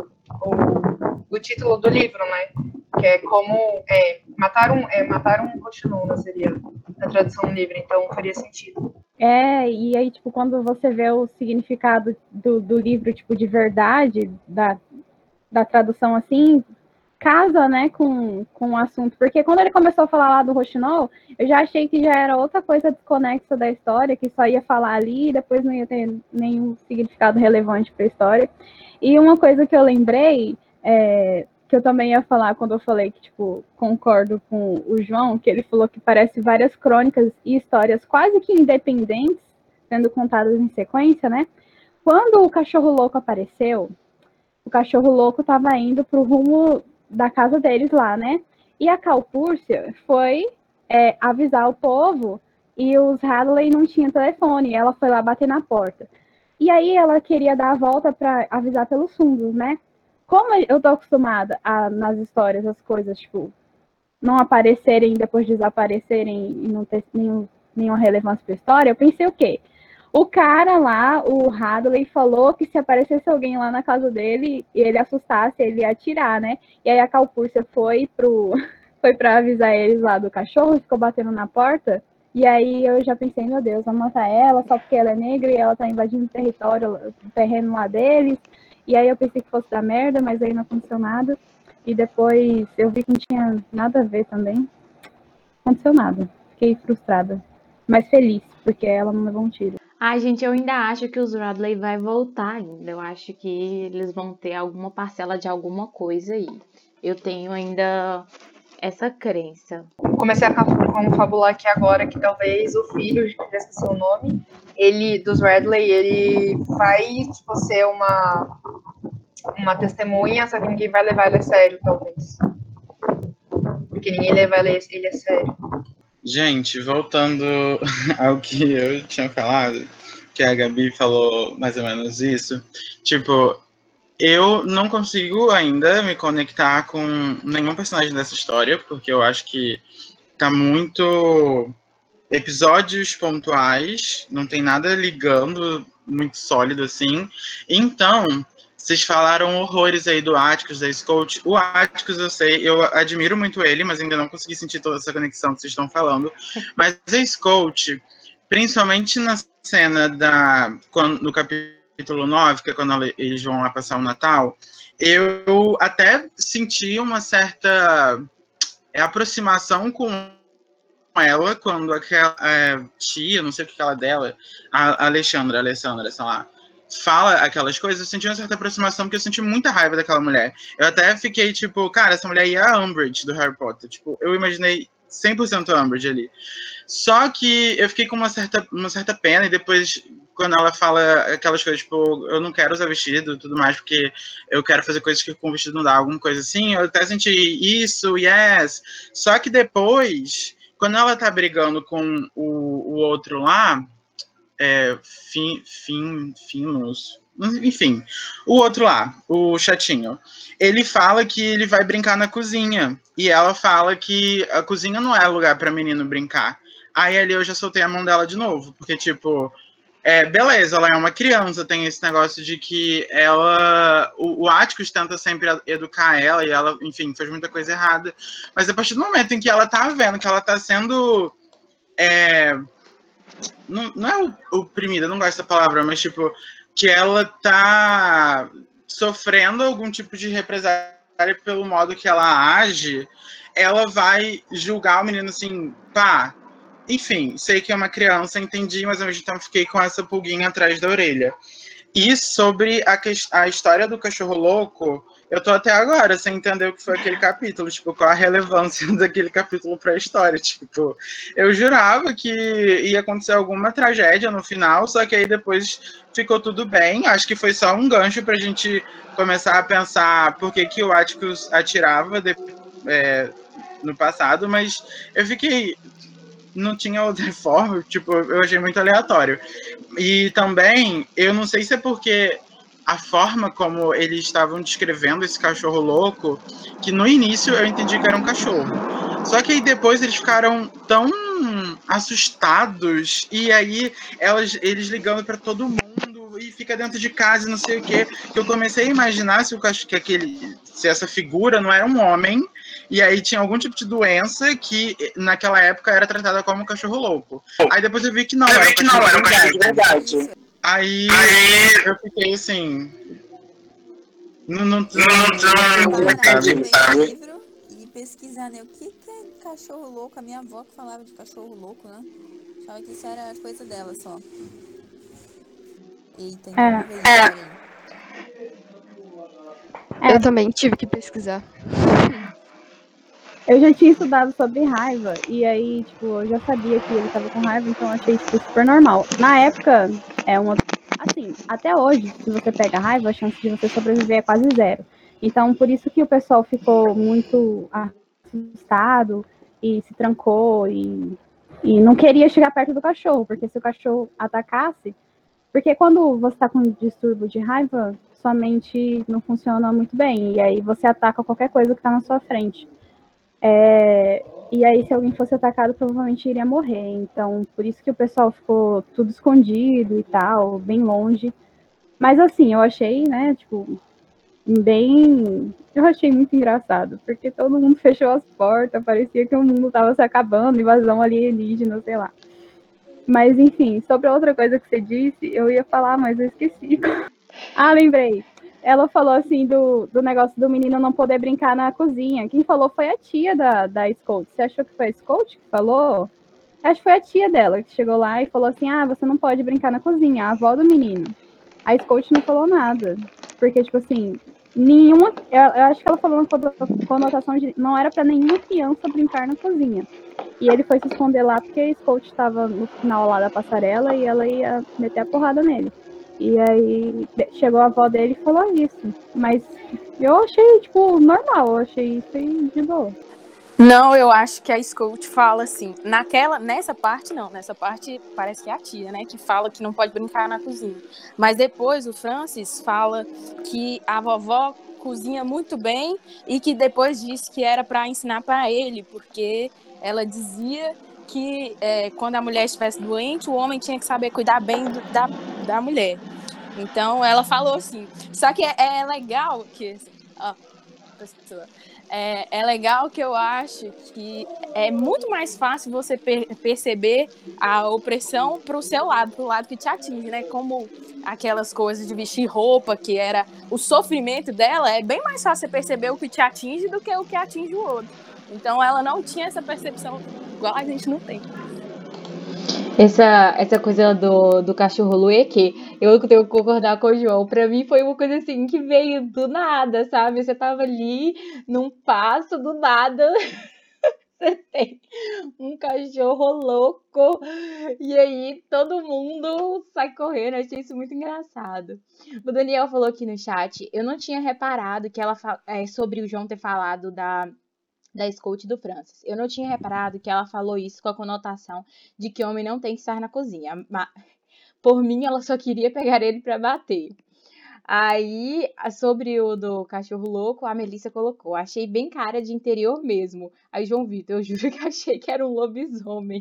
o título do livro, né? Que é como matar um roxinol, seria a tradução livre, então faria sentido. E aí, tipo, quando você vê o significado do livro, tipo, de verdade, da tradução assim, casa, né, com o assunto. Porque quando ele começou a falar lá do roxinol, eu já achei que já era outra coisa desconexa da história, que só ia falar ali e depois não ia ter nenhum significado relevante para a história. E uma coisa que eu lembrei, que eu também ia falar quando eu falei que, tipo, concordo com o João, que ele falou que parece várias crônicas e histórias quase que independentes, sendo contadas em sequência, né? Quando o cachorro louco apareceu, o cachorro louco estava indo pro rumo da casa deles lá, né? E a Calpurcia foi avisar o povo e os Hadley não tinham telefone, ela foi lá bater na porta. E aí ela queria dar a volta para avisar pelos fundos, né? Como eu tô acostumada nas histórias, as coisas, tipo, não aparecerem e depois desaparecerem e não ter nenhuma relevância para a história, eu pensei o quê? O cara lá, o Hadley, falou que se aparecesse alguém lá na casa dele e ele assustasse, ele ia atirar, né? E aí a Calpurcia foi pra avisar eles lá do cachorro, ficou batendo na porta. E aí eu já pensei, meu Deus, vamos matar ela só porque ela é negra e ela tá invadindo o terreno lá deles. E aí eu pensei que fosse dar merda, mas aí não aconteceu nada. E depois eu vi que não tinha nada a ver também. Não aconteceu nada. Fiquei frustrada. Mas feliz, porque ela não levou um tiro. Ai, gente, eu ainda acho que os Radley vai voltar ainda. Eu acho que eles vão ter alguma parcela de alguma coisa aí. Eu tenho ainda essa crença. Comecei a confabular aqui agora que talvez o filho, já esqueci o nome, dos Radley, ele vai, tipo, ser uma testemunha, só que ninguém vai levar ele a sério, talvez. Porque ninguém leva ele a sério. Gente, voltando ao que eu tinha falado, que a Gabi falou mais ou menos isso, tipo, eu não consigo ainda me conectar com nenhum personagem dessa história, porque eu acho que tá muito episódios pontuais, não tem nada ligando muito sólido, assim. Então, vocês falaram horrores aí do Atticus, da Scout. O Atticus, eu sei, eu admiro muito ele, mas ainda não consegui sentir toda essa conexão que vocês estão falando. Mas a Scout, principalmente na cena no capítulo 9, que é quando eles vão lá passar o Natal, eu até senti uma certa aproximação com ela quando aquela tia, não sei o que ela dela, a Alessandra, sei lá, fala aquelas coisas. Eu senti uma certa aproximação porque eu senti muita raiva daquela mulher. Eu até fiquei tipo, cara, essa mulher é a Umbridge do Harry Potter. Tipo, eu imaginei 100% a Umbridge ali. Só que eu fiquei com uma certa pena, e depois, quando ela fala aquelas coisas, tipo, eu não quero usar vestido e tudo mais, porque eu quero fazer coisas que com vestido não dá, alguma coisa assim, eu até senti isso, yes. Só que depois, quando ela tá brigando com o outro lá, Finos, enfim, o outro lá, o chatinho, ele fala que ele vai brincar na cozinha, e ela fala que a cozinha não é lugar para menino brincar. Aí ali eu já soltei a mão dela de novo, porque tipo, beleza, ela é uma criança, tem esse negócio de que ela, o Atticus tenta sempre educar ela, e ela, enfim, faz muita coisa errada, mas a partir do momento em que ela tá vendo que ela tá sendo não é oprimida, não gosto dessa palavra, mas tipo, que ela tá sofrendo algum tipo de represália pelo modo que ela age, ela vai julgar o menino assim, pá, enfim, sei que é uma criança, entendi, mas ao mesmo tempo fiquei com essa pulguinha atrás da orelha. E sobre a história do cachorro louco, eu tô até agora sem entender o que foi aquele capítulo, tipo, qual a relevância daquele capítulo pra história, tipo, eu jurava que ia acontecer alguma tragédia no final, só que aí depois ficou tudo bem, acho que foi só um gancho pra gente começar a pensar por que o Atticus atirava no passado, mas eu fiquei... não tinha outra forma, tipo, eu achei muito aleatório. E também, eu não sei se é porque a forma como eles estavam descrevendo esse cachorro louco, que no início eu entendi que era um cachorro. Só que aí depois eles ficaram tão assustados, e aí eles ligando para todo mundo, e fica dentro de casa e não sei o quê, que eu comecei a imaginar se essa figura não era um homem, e aí tinha algum tipo de doença que naquela época era tratada como um cachorro louco. Aí depois eu vi que não, era um cachorro de verdade. Aí eu fiquei assim... Não entendi, sabe? E pesquisar, né? O que é cachorro louco? A minha avó que falava de cachorro louco, né? Achava que isso era coisa dela só. Eita, então Eu também tive que pesquisar. Eu já tinha estudado sobre raiva, e aí, tipo, eu já sabia que ele tava com raiva, então eu achei, tipo, super normal. Na época, assim, até hoje, se você pega raiva, a chance de você sobreviver é quase zero. Então, por isso que o pessoal ficou muito assustado e se trancou e não queria chegar perto do cachorro, porque se o cachorro atacasse... Porque quando você tá com um distúrbio de raiva, sua mente não funciona muito bem, e aí você ataca qualquer coisa que tá na sua frente. E aí, se alguém fosse atacado, provavelmente iria morrer. Então, por isso que o pessoal ficou tudo escondido e tal, bem longe. Mas assim, eu achei, né, tipo, eu achei muito engraçado, porque todo mundo fechou as portas, parecia que o mundo tava se acabando, invasão alienígena, sei lá. Mas, enfim, sobre outra coisa que você disse, eu ia falar, mas eu esqueci. Lembrei. Ela falou assim do negócio do menino não poder brincar na cozinha. Quem falou foi a tia da Scout. Você achou que foi a Scout que falou? Acho que foi a tia dela que chegou lá e falou assim, você não pode brincar na cozinha, a avó do menino. A Scout não falou nada. Porque, tipo assim, eu acho que ela falou uma conotação de não era pra nenhuma criança brincar na cozinha. E ele foi se esconder lá porque a Scout estava no final lá da passarela e ela ia meter a porrada nele. E aí chegou a avó dele e falou isso. Mas eu achei, tipo, normal. Eu achei isso aí de boa. Não, eu acho que a Scout fala assim. Nessa parte não. Nessa parte parece que é a tia, né? Que fala que não pode brincar na cozinha. Mas depois o Francis fala que a vovó cozinha muito bem e que depois disse que era para ensinar para ele, porque ela dizia que quando a mulher estivesse doente, o homem tinha que saber cuidar bem da mulher. Então, ela falou assim. Só que é legal que... Assim, ó, pessoa. É legal que eu acho que é muito mais fácil você perceber a opressão pro seu lado, pro lado que te atinge, né? Como aquelas coisas de vestir roupa, que era o sofrimento dela, é bem mais fácil você perceber o que te atinge do que o que atinge o outro. Então ela não tinha essa percepção igual a gente não tem. Essa coisa do cachorro Lueque, eu tenho que concordar com o João. Pra mim foi uma coisa assim que veio do nada, sabe? Você tava ali num passo, do nada você tem um cachorro louco e aí todo mundo sai correndo. Eu achei isso muito engraçado. O Daniel falou aqui no chat, eu não tinha reparado que ela sobre o João ter falado da Scout do Francis. Eu não tinha reparado que ela falou isso com a conotação de que homem não tem que estar na cozinha. Mas, por mim, ela só queria pegar ele pra bater. Aí, sobre o do cachorro louco, a Melissa colocou. Achei bem cara de interior mesmo. Aí, João Vitor, eu juro que achei que era um lobisomem.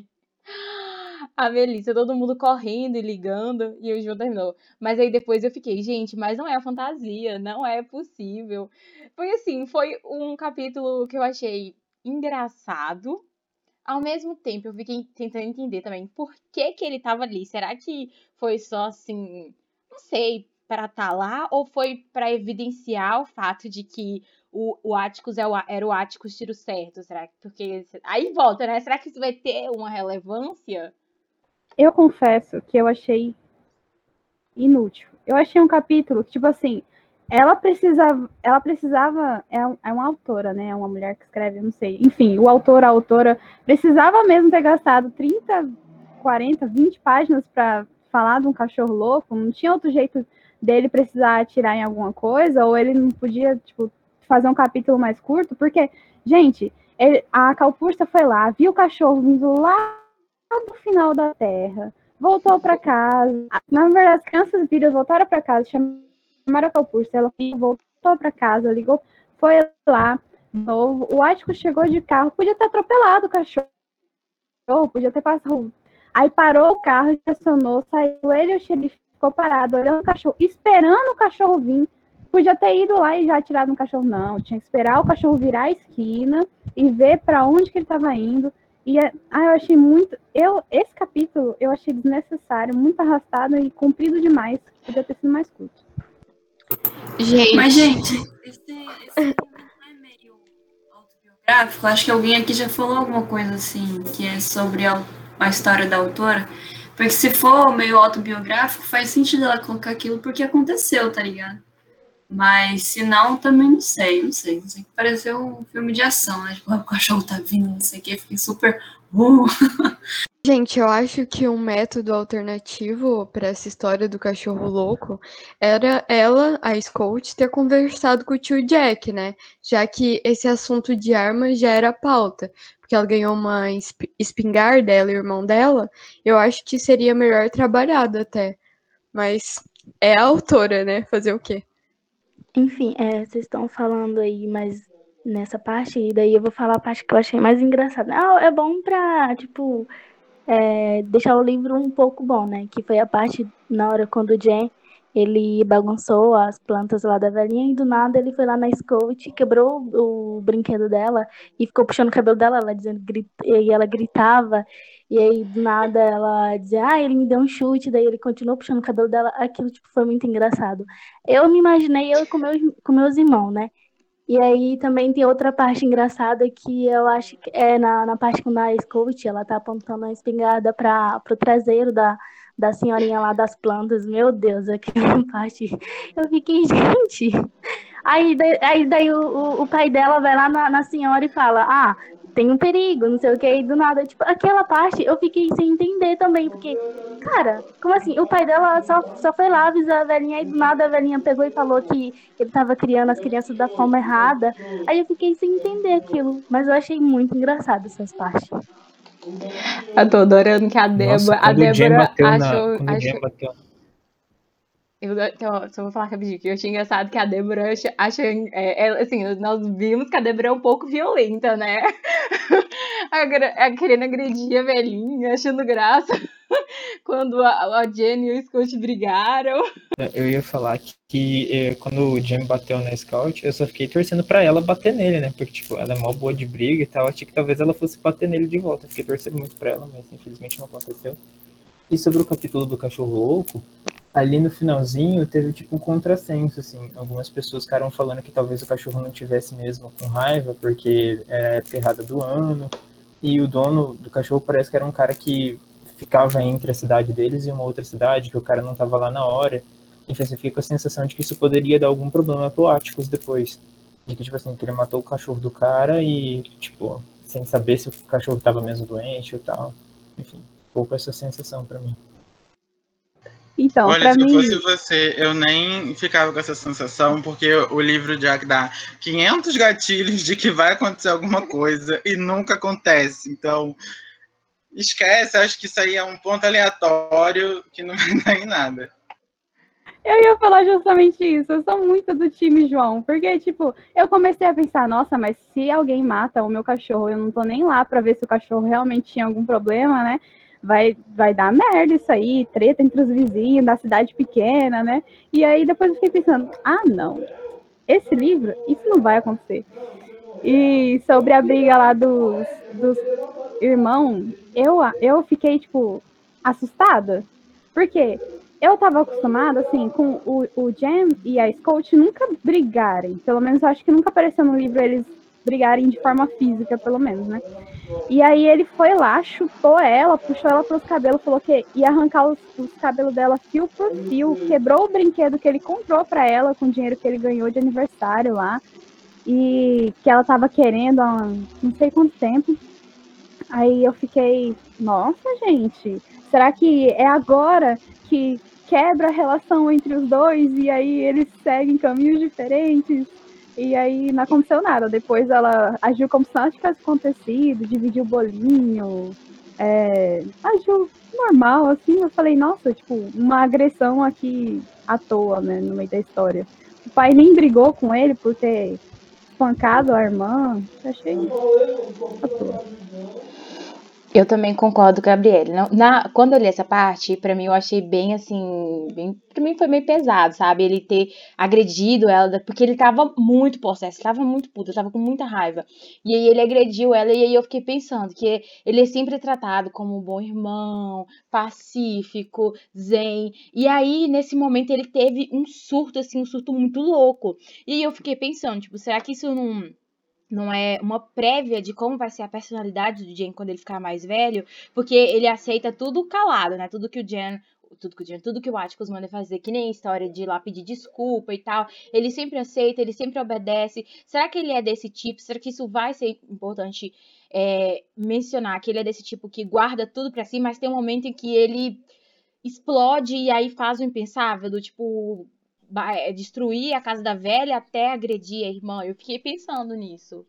A Melissa, todo mundo correndo e ligando, e o João terminou. Mas aí depois eu fiquei, gente, mas não é fantasia, não é possível. Foi assim, foi um capítulo que eu achei engraçado. Ao mesmo tempo, eu fiquei tentando entender também por que ele tava ali. Será que foi só assim, não sei, pra estar lá? Ou foi pra evidenciar o fato de que o Atticus era o Atticus tiro certo? Será que porque aí volta, né? Será que isso vai ter uma relevância? Eu confesso que eu achei inútil. Eu achei um capítulo que, tipo assim, ela precisava, é uma autora, né? É uma mulher que escreve, eu não sei. Enfim, o autor, a autora, precisava mesmo ter gastado 30, 40, 20 páginas para falar de um cachorro louco. Não tinha outro jeito dele precisar atirar em alguma coisa, ou ele não podia, tipo, fazer um capítulo mais curto, porque, gente, a Calpurnia foi lá, viu o cachorro vindo lá no final da Terra, voltou para casa. Na verdade, as crianças viram, voltaram para casa, chamaram a Calpurnia, ela voltou para casa, ligou, foi lá de novo. O Atticus chegou de carro, podia ter atropelado o cachorro, podia ter passado. Aí parou o carro, estacionou, saiu ele e o xerife ficou parado, olhando o cachorro, esperando o cachorro vir. Podia ter ido lá e já atirado no cachorro, não. Tinha que esperar o cachorro virar a esquina e ver para onde que ele estava indo. E eu achei muito. Esse capítulo eu achei desnecessário, muito arrastado e comprido demais. Podia ter sido mais curto. Gente. Mas, gente, esse não é meio autobiográfico? Acho que alguém aqui já falou alguma coisa assim, que é sobre a história da autora. Porque se for meio autobiográfico, faz sentido ela colocar aquilo porque aconteceu, tá ligado? Mas se não, também não sei. Não sei que pareceu um filme de ação, né? Tipo, o cachorro tá vindo, não sei o que, fiquei super. Gente, eu acho que um método alternativo para essa história do cachorro louco era ela, a Scout, ter conversado com o tio Jack, né? Já que esse assunto de armas já era pauta. Porque ela ganhou uma espingarda, ela e o irmão dela. Eu acho que seria melhor trabalhado até. Mas é a autora, né? Fazer o quê? Enfim, vocês estão falando aí, mas nessa parte, e daí eu vou falar a parte que eu achei mais engraçada. É bom pra, tipo, deixar o livro um pouco bom, né? Que foi a parte na hora quando o Jen, ele bagunçou as plantas lá da velhinha e do nada ele foi lá na Scout, quebrou o brinquedo dela e ficou puxando o cabelo dela, e ela gritava. E aí, do nada, ela dizia, ele me deu um chute, daí ele continuou puxando o cabelo dela. Aquilo, tipo, foi muito engraçado. Eu me imaginei com meus irmãos, né? E aí também tem outra parte engraçada que eu acho que é na parte quando a Scout, ela tá apontando a espingarda pro traseiro da senhorinha lá das plantas. Meu Deus, aquela parte. Eu fiquei, gente. Aí daí o pai dela vai lá na senhora e fala, tem um perigo, não sei o que, e do nada, tipo, aquela parte eu fiquei sem entender também, porque, cara, como assim? O pai dela só foi lá avisar a velhinha e do nada a velhinha pegou e falou que ele tava criando as crianças da forma errada. Aí eu fiquei sem entender aquilo, mas eu achei muito engraçado essas partes. Eu tô adorando que a Débora achou. Eu só vou falar rapidinho, que eu achei engraçado que a Débora acha assim, nós vimos que a Débora é um pouco violenta, né? Querendo agredir a velhinha, achando graça. Quando a Jenny e o Scott brigaram. Eu ia falar que quando o Jamie bateu na Scout, eu só fiquei torcendo pra ela bater nele, né? Porque, tipo, ela é mó boa de briga e tal. Eu achei que talvez ela fosse bater nele de volta. Fiquei torcendo muito pra ela, mas infelizmente não aconteceu. E sobre o capítulo do cachorro louco, ali no finalzinho teve, tipo, um contrassenso, assim. Algumas pessoas ficaram falando que talvez o cachorro não tivesse mesmo com raiva, porque é a época errada do ano. E o dono do cachorro parece que era um cara que ficava entre a cidade deles e uma outra cidade, que o cara não estava lá na hora. Enfim, você fica com a sensação de que isso poderia dar algum problema pro Atticus depois. De que, tipo assim, que ele matou o cachorro do cara e, tipo, sem saber se o cachorro estava mesmo doente ou tal. Enfim, um pouco essa sensação pra mim. Então, Olha, pra se eu mim, fosse você, eu nem ficava com essa sensação, porque o livro já dá 500 gatilhos de que vai acontecer alguma coisa e nunca acontece. Então, esquece, acho que isso aí é um ponto aleatório que não vai dar em nada. eu ia falar justamente isso. Eu sou muito do time João. Porque, tipo, eu comecei a pensar, nossa, mas se alguém mata o meu cachorro, eu não tô nem lá pra ver se o cachorro realmente tinha algum problema, né? Vai dar merda isso aí, treta entre os vizinhos da cidade pequena, né? E aí depois eu fiquei pensando, ah, não. Esse livro, isso não vai acontecer. E sobre a briga lá dos irmãos, eu fiquei, tipo, assustada. Por quê? Eu tava acostumada, assim, com o Jem e a Scout nunca brigarem. Pelo menos eu acho que nunca apareceu no livro eles brigarem de forma física, pelo menos, né? E aí ele foi lá, chutou ela, puxou ela pelos cabelos, falou que ia arrancar os cabelos dela fio por fio, quebrou o brinquedo que ele comprou pra ela com o dinheiro que ele ganhou de aniversário lá. E que ela tava querendo há não sei quanto tempo. Aí eu fiquei, nossa, gente, será que é agora que quebra a relação entre os dois e aí eles seguem caminhos diferentes? E aí não aconteceu nada. Depois ela agiu como se nada tivesse acontecido, dividiu o bolinho, agiu normal, assim. Eu falei, nossa, tipo, uma agressão aqui à toa, né, no meio da história. O pai nem brigou com ele por ter espancado a irmã. Eu achei à toa. Eu também concordo com a Gabriele. Quando eu li essa parte, pra mim eu achei bem assim, pra mim foi meio pesado, sabe? Ele ter agredido ela, porque ele tava muito possesso, tava muito puto, tava com muita raiva. E aí ele agrediu ela e aí eu fiquei pensando que ele é sempre tratado como um bom irmão, pacífico, zen. E aí nesse momento ele teve um surto assim, um surto muito louco. E aí eu fiquei pensando, tipo, será que isso não é uma prévia de como vai ser a personalidade do Jen quando ele ficar mais velho, porque ele aceita tudo calado, né? Tudo que o Atticus manda fazer, que nem a história de ir lá pedir desculpa e tal. Ele sempre aceita, ele sempre obedece. Será que ele é desse tipo? Será que isso vai ser importante mencionar? Que ele é desse tipo que guarda tudo pra si, mas tem um momento em que ele explode e aí faz o impensável, do tipo destruir a casa da velha até agredir a irmã. Eu fiquei pensando nisso.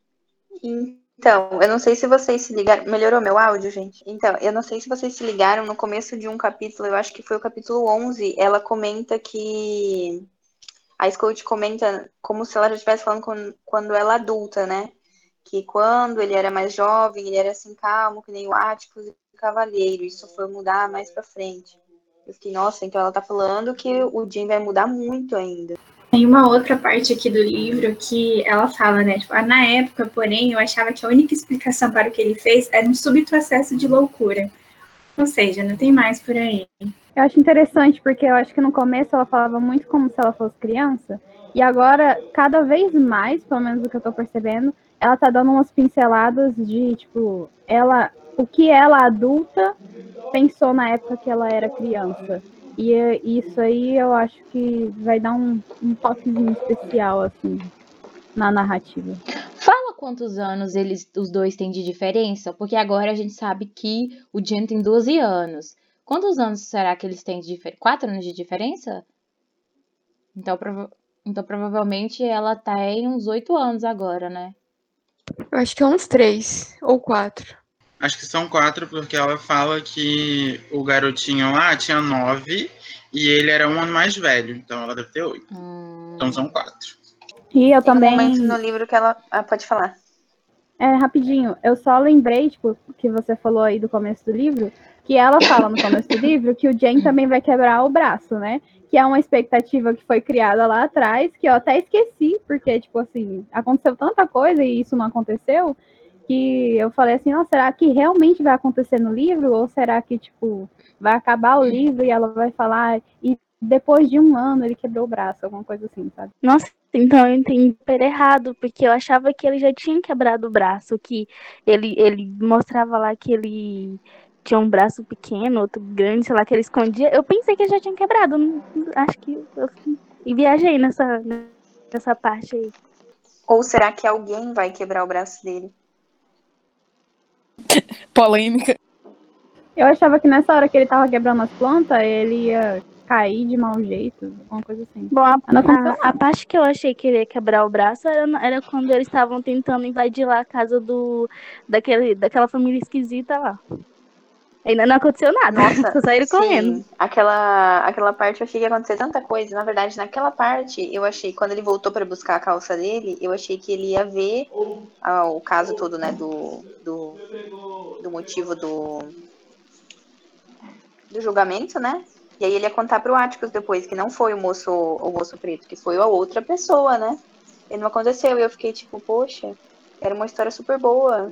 Então, eu não sei se vocês se ligaram. Melhorou meu áudio, gente? Então, eu não sei se vocês se ligaram no começo de um capítulo, eu acho que foi o capítulo 11, ela comenta que. A Scout comenta como se ela já estivesse falando quando ela é adulta, né? Que quando ele era mais jovem, ele era assim calmo, que nem o Atticus e o Cavaleiro. Isso foi mudar mais pra frente. Eu fiquei, nossa, então ela tá falando que o Jim vai mudar muito ainda. Tem uma outra parte aqui do livro que ela fala, né? Tipo, na época, porém, eu achava que a única explicação para o que ele fez era um súbito acesso de loucura. Ou seja, não tem mais por aí. Eu acho interessante, porque eu acho que no começo ela falava muito como se ela fosse criança, e agora, cada vez mais, pelo menos o que eu tô percebendo, ela tá dando umas pinceladas de, tipo, o que ela, adulta, pensou na época que ela era criança. E isso aí eu acho que vai dar um toquezinho especial, assim, na narrativa. Fala quantos anos os dois têm de diferença, porque agora a gente sabe que o Jen tem 12 anos. Quantos anos será que eles têm de diferença? 4 anos de diferença? Então provavelmente ela tem uns 8 anos agora, né? Eu acho que é uns 3 ou 4. Acho que são 4, porque ela fala que o garotinho lá tinha 9 e ele era um ano mais velho, então ela deve ter 8. Então são 4. E eu Tem também. um momento no livro que ela. Pode falar. Rapidinho, eu só lembrei, tipo, que você falou aí do começo do livro, que ela fala no começo do livro que o Jen também vai quebrar o braço, né? Que é uma expectativa que foi criada lá atrás, que eu até esqueci, porque, tipo assim, aconteceu tanta coisa e isso não aconteceu, que eu falei assim, nossa, será que realmente vai acontecer no livro? Ou será que, tipo, vai acabar o livro e ela vai falar, e depois de 1 ano ele quebrou o braço, alguma coisa assim, sabe? Nossa, então eu entendi super errado, porque eu achava que ele já tinha quebrado o braço, que ele mostrava lá que ele tinha um braço pequeno, outro grande, sei lá, que ele escondia. Eu pensei que ele já tinha quebrado. Acho que eu viajei nessa parte aí. Ou será que alguém vai quebrar o braço dele? Polêmica. Eu achava que nessa hora que ele tava quebrando as plantas, ele ia cair de mau jeito, alguma coisa assim. Bom, Não aconteceu a parte que eu achei que ele ia quebrar o braço era quando eles estavam tentando invadir lá a casa daquela família esquisita lá. Ainda não aconteceu nada. Nossa, Só saíram correndo. sim. Aquela parte eu achei que ia acontecer tanta coisa. Na verdade, naquela parte, eu achei, quando ele voltou pra buscar a calça dele, eu achei que ele ia ver o caso todo, né, do motivo do julgamento, né? E aí ele ia contar pro Atticus depois, que não foi o moço preto, que foi a outra pessoa, né? E não aconteceu. E eu fiquei tipo, poxa, era uma história super boa.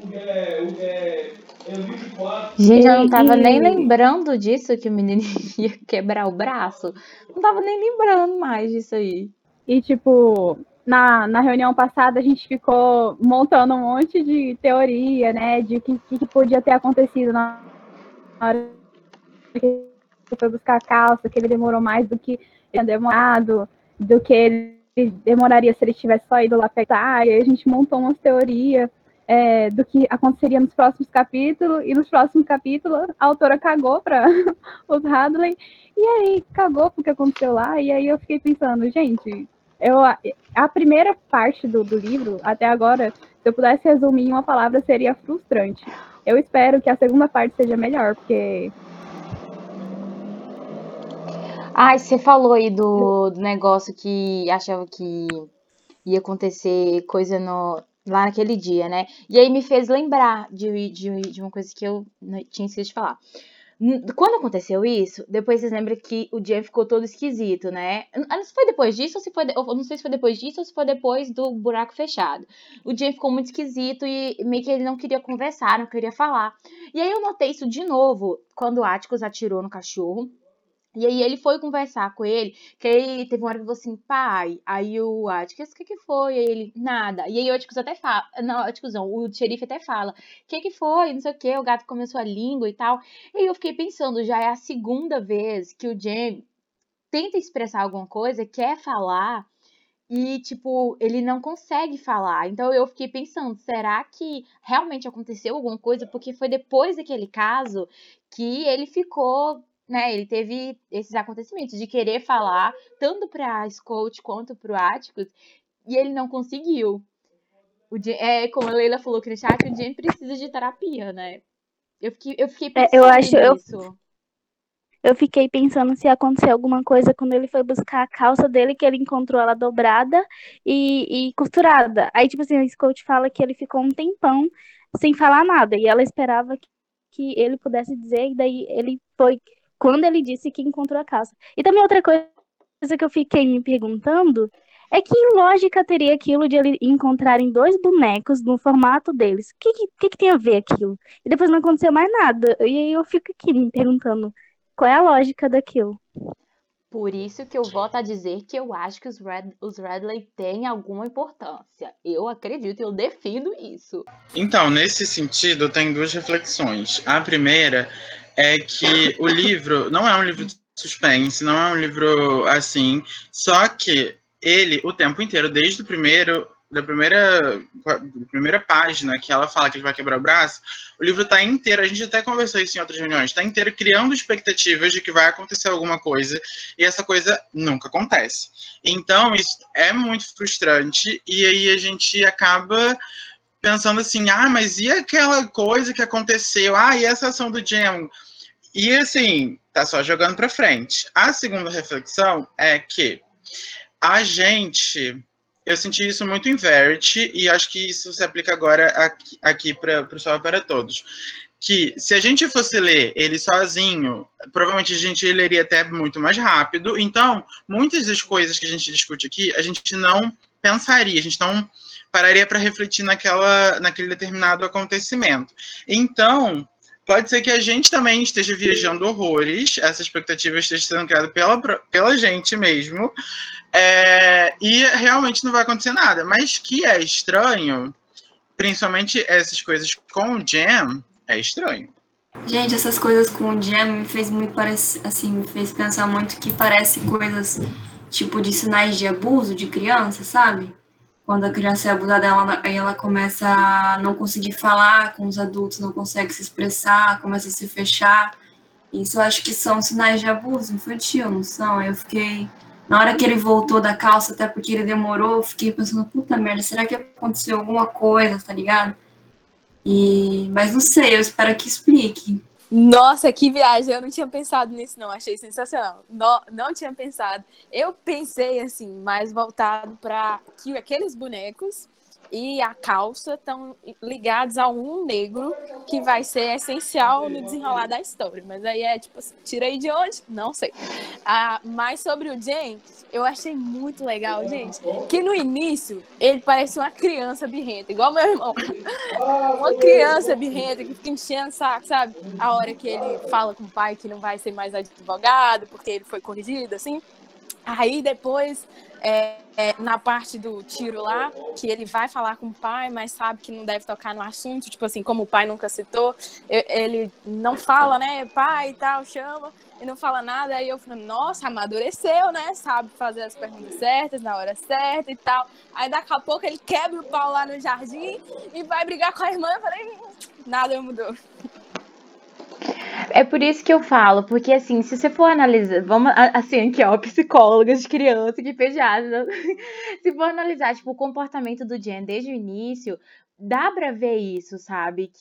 Gente, eu não tava nem lembrando disso, que o menino ia quebrar o braço. Não tava nem lembrando mais disso aí. E, tipo, na reunião passada a gente ficou montando um monte de teoria, né? De que podia ter acontecido na hora que ele foi buscar a calça, que ele demorou mais do que ele tinha demorado, do que ele demoraria se ele tivesse só ido lá pegar. E aí a gente montou umas teorias do que aconteceria nos próximos capítulos, e nos próximos capítulos a autora cagou para os Hadley, e aí cagou porque aconteceu lá, e aí eu fiquei pensando, gente, a primeira parte do livro, até agora, se eu pudesse resumir em uma palavra, seria frustrante. Eu espero que a segunda parte seja melhor, porque... Ai, você falou aí do negócio que achava que ia acontecer coisa lá naquele dia, né? E aí me fez lembrar de uma coisa que eu tinha esquecido de falar. Quando aconteceu isso, depois vocês lembram que o Jen ficou todo esquisito, né? Não sei se foi depois disso ou se foi, não sei se foi depois disso ou se foi depois do buraco fechado. O Jen ficou muito esquisito e meio que ele não queria conversar, não queria falar. E aí eu notei isso de novo quando o Atticus atirou no cachorro. E aí ele foi conversar com ele, que aí teve uma hora que falou assim, pai, aí o Atticus, o que foi? Aí ele, nada. E aí o Atticus até fala, não, Atticus não, o xerife até fala, o que foi? Não sei o que, o gato começou a língua e tal. E aí eu fiquei pensando, já é a segunda vez que o Jen tenta expressar alguma coisa, quer falar, e, tipo, ele não consegue falar. Então eu fiquei pensando, será que realmente aconteceu alguma coisa? Porque foi depois daquele caso que ele ficou, né? Ele teve esses acontecimentos de querer falar, tanto pra Scout quanto pro Atticus, e ele não conseguiu. Como a Leila falou aqui no chat, o Jen precisa de terapia, né? Eu fiquei pensando nisso. Eu fiquei pensando se ia acontecer alguma coisa quando ele foi buscar a calça dele, que ele encontrou ela dobrada e costurada. Aí, tipo assim, o Scout fala que ele ficou um tempão sem falar nada, e ela esperava que ele pudesse dizer, e daí ele foi quando ele disse que encontrou a calça. E também outra coisa que eu fiquei me perguntando é que lógica teria aquilo de eles encontrarem 2 bonecos no formato deles? O que tem a ver aquilo? E depois não aconteceu mais nada. E aí eu fico aqui me perguntando qual é a lógica daquilo. Por isso que eu volto a dizer que eu acho que os Radley têm alguma importância. Eu acredito, eu defendo isso. Então, nesse sentido, eu tenho 2 reflexões. A primeira é que o livro não é um livro de suspense, não é um livro assim, só que ele, o tempo inteiro, desde da primeira página que ela fala que ele vai quebrar o braço, o livro está inteiro, a gente até conversou isso em outras reuniões, está inteiro criando expectativas de que vai acontecer alguma coisa, e essa coisa nunca acontece. Então, isso é muito frustrante, e aí a gente acaba pensando assim, mas e aquela coisa que aconteceu? E essa ação do Jen? E assim, tá só jogando para frente. A segunda reflexão é que a gente... eu senti isso muito em Verity, e acho que isso se aplica agora aqui para o Sol para Todos. Que se a gente fosse ler ele sozinho, provavelmente a gente leria até muito mais rápido. Então, muitas das coisas que a gente discute aqui, a gente não pensaria, a gente não pararia para refletir naquele determinado acontecimento. Então, pode ser que a gente também esteja viajando horrores, essa expectativa esteja sendo criada pela gente mesmo, e realmente não vai acontecer nada. Mas que é estranho, principalmente essas coisas com o Jem, é estranho. Gente, essas coisas com o Jem me fez pensar muito que parece coisas tipo de sinais de abuso de criança, sabe? Quando a criança é abusada, ela começa a não conseguir falar com os adultos, não consegue se expressar, começa a se fechar. Isso eu acho que são sinais de abuso infantil, não são? Eu fiquei... Na hora que ele voltou da calça, até porque ele demorou, eu fiquei pensando, puta merda, será que aconteceu alguma coisa, tá ligado? Mas não sei, eu espero que explique. Nossa, que viagem, eu não tinha pensado nisso não, achei sensacional. Não tinha pensado. Eu pensei assim, mais voltado para que aqueles bonecos e a calça estão ligados a um negro que vai ser essencial no desenrolar da história. Mas aí é tipo assim, tirei de onde? Não sei. Mas sobre o Jem, eu achei muito legal, gente, que no início ele parece uma criança birrenta, igual meu irmão. Uma criança birrenta que fica enchendo o saco, sabe? A hora que ele fala com o pai que não vai ser mais advogado porque ele foi corrigido, assim. Aí depois, na parte do tiro lá, que ele vai falar com o pai, mas sabe que não deve tocar no assunto, tipo assim, como o pai nunca citou, ele não fala, né, pai e tal, chama, e não fala nada, aí eu falei, nossa, amadureceu, né, sabe fazer as perguntas certas, na hora certa e tal. Aí daqui a pouco ele quebra o pau lá no jardim e vai brigar com a irmã, eu falei, nada mudou. É por isso que eu falo, porque assim, se você for analisar, vamos assim, aqui ó, psicólogas de criança, que pediatra, se for analisar, tipo, o comportamento do Jem desde o início, dá pra ver isso, sabe?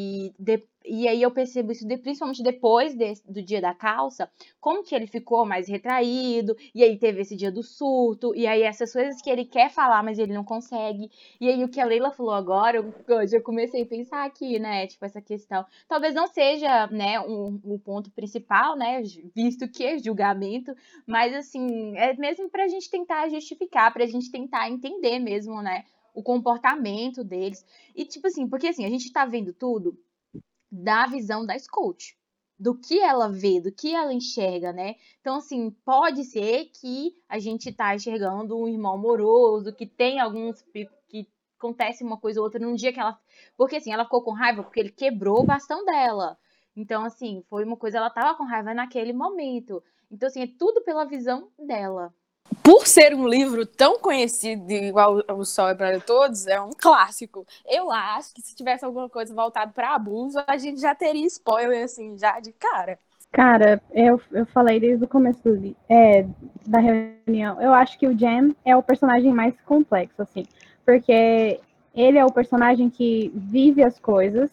E aí eu percebo isso principalmente depois do dia da calça, como que ele ficou mais retraído, e aí teve esse dia do surto, e aí essas coisas que ele quer falar, mas ele não consegue. E aí o que a Leila falou agora, eu comecei a pensar aqui, né? Tipo, essa questão. Talvez não seja, né, o ponto principal, né? Visto que é julgamento, mas assim, é mesmo pra gente tentar justificar, pra gente tentar entender mesmo, né? O comportamento deles. E tipo assim, porque assim, a gente tá vendo tudo da visão da Scout, do que ela vê, do que ela enxerga, né? Então, assim, pode ser que a gente tá enxergando um irmão amoroso, que tem alguns que acontece uma coisa ou outra num dia que ela... Porque, assim, ela ficou com raiva porque ele quebrou o bastão dela. Então, assim, foi uma coisa, ela tava com raiva naquele momento. Então, assim, é tudo pela visão dela. Por ser um livro tão conhecido igual O Sol é para Todos, é um clássico. Eu acho que se tivesse alguma coisa voltada para abuso, a gente já teria spoiler, assim, já de cara. Cara, eu falei desde o começo da reunião, eu acho que o Jem é o personagem mais complexo, assim, porque ele é o personagem que vive as coisas,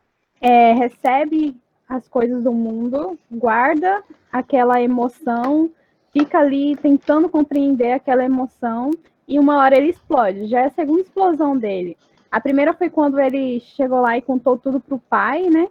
recebe as coisas do mundo, guarda aquela emoção, fica ali tentando compreender aquela emoção e uma hora ele explode. Já é a segunda explosão dele. A primeira foi quando ele chegou lá e contou tudo pro pai, né?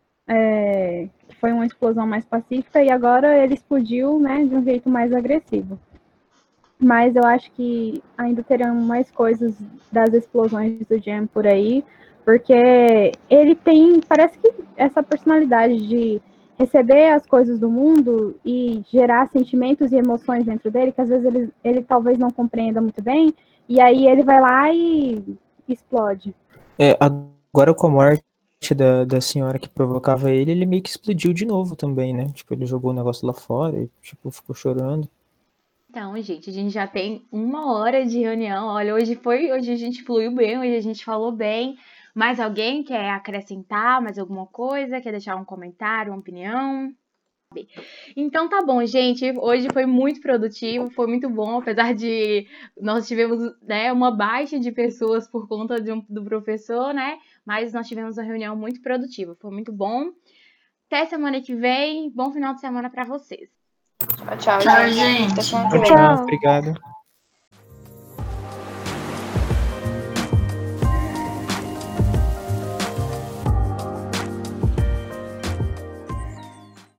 Que foi uma explosão mais pacífica e agora ele explodiu, né, de um jeito mais agressivo. Mas eu acho que ainda terão mais coisas das explosões do Jem por aí, porque ele tem, parece que essa personalidade de receber as coisas do mundo e gerar sentimentos e emoções dentro dele, que às vezes ele talvez não compreenda muito bem, e aí ele vai lá e explode. Agora com a morte da senhora que provocava ele meio que explodiu de novo também, né? Tipo, ele jogou o negócio lá fora e, tipo, ficou chorando. Então, gente, a gente já tem 1 hora de reunião. Olha, hoje a gente fluiu bem, hoje a gente falou bem. Mais alguém quer acrescentar mais alguma coisa? Quer deixar um comentário, uma opinião? Então tá bom, gente. Hoje foi muito produtivo, foi muito bom, apesar de nós tivemos, né, uma baixa de pessoas por conta do professor, né? Mas nós tivemos uma reunião muito produtiva, foi muito bom. Até semana que vem, bom final de semana pra vocês. Tchau, gente. Tchau, obrigado.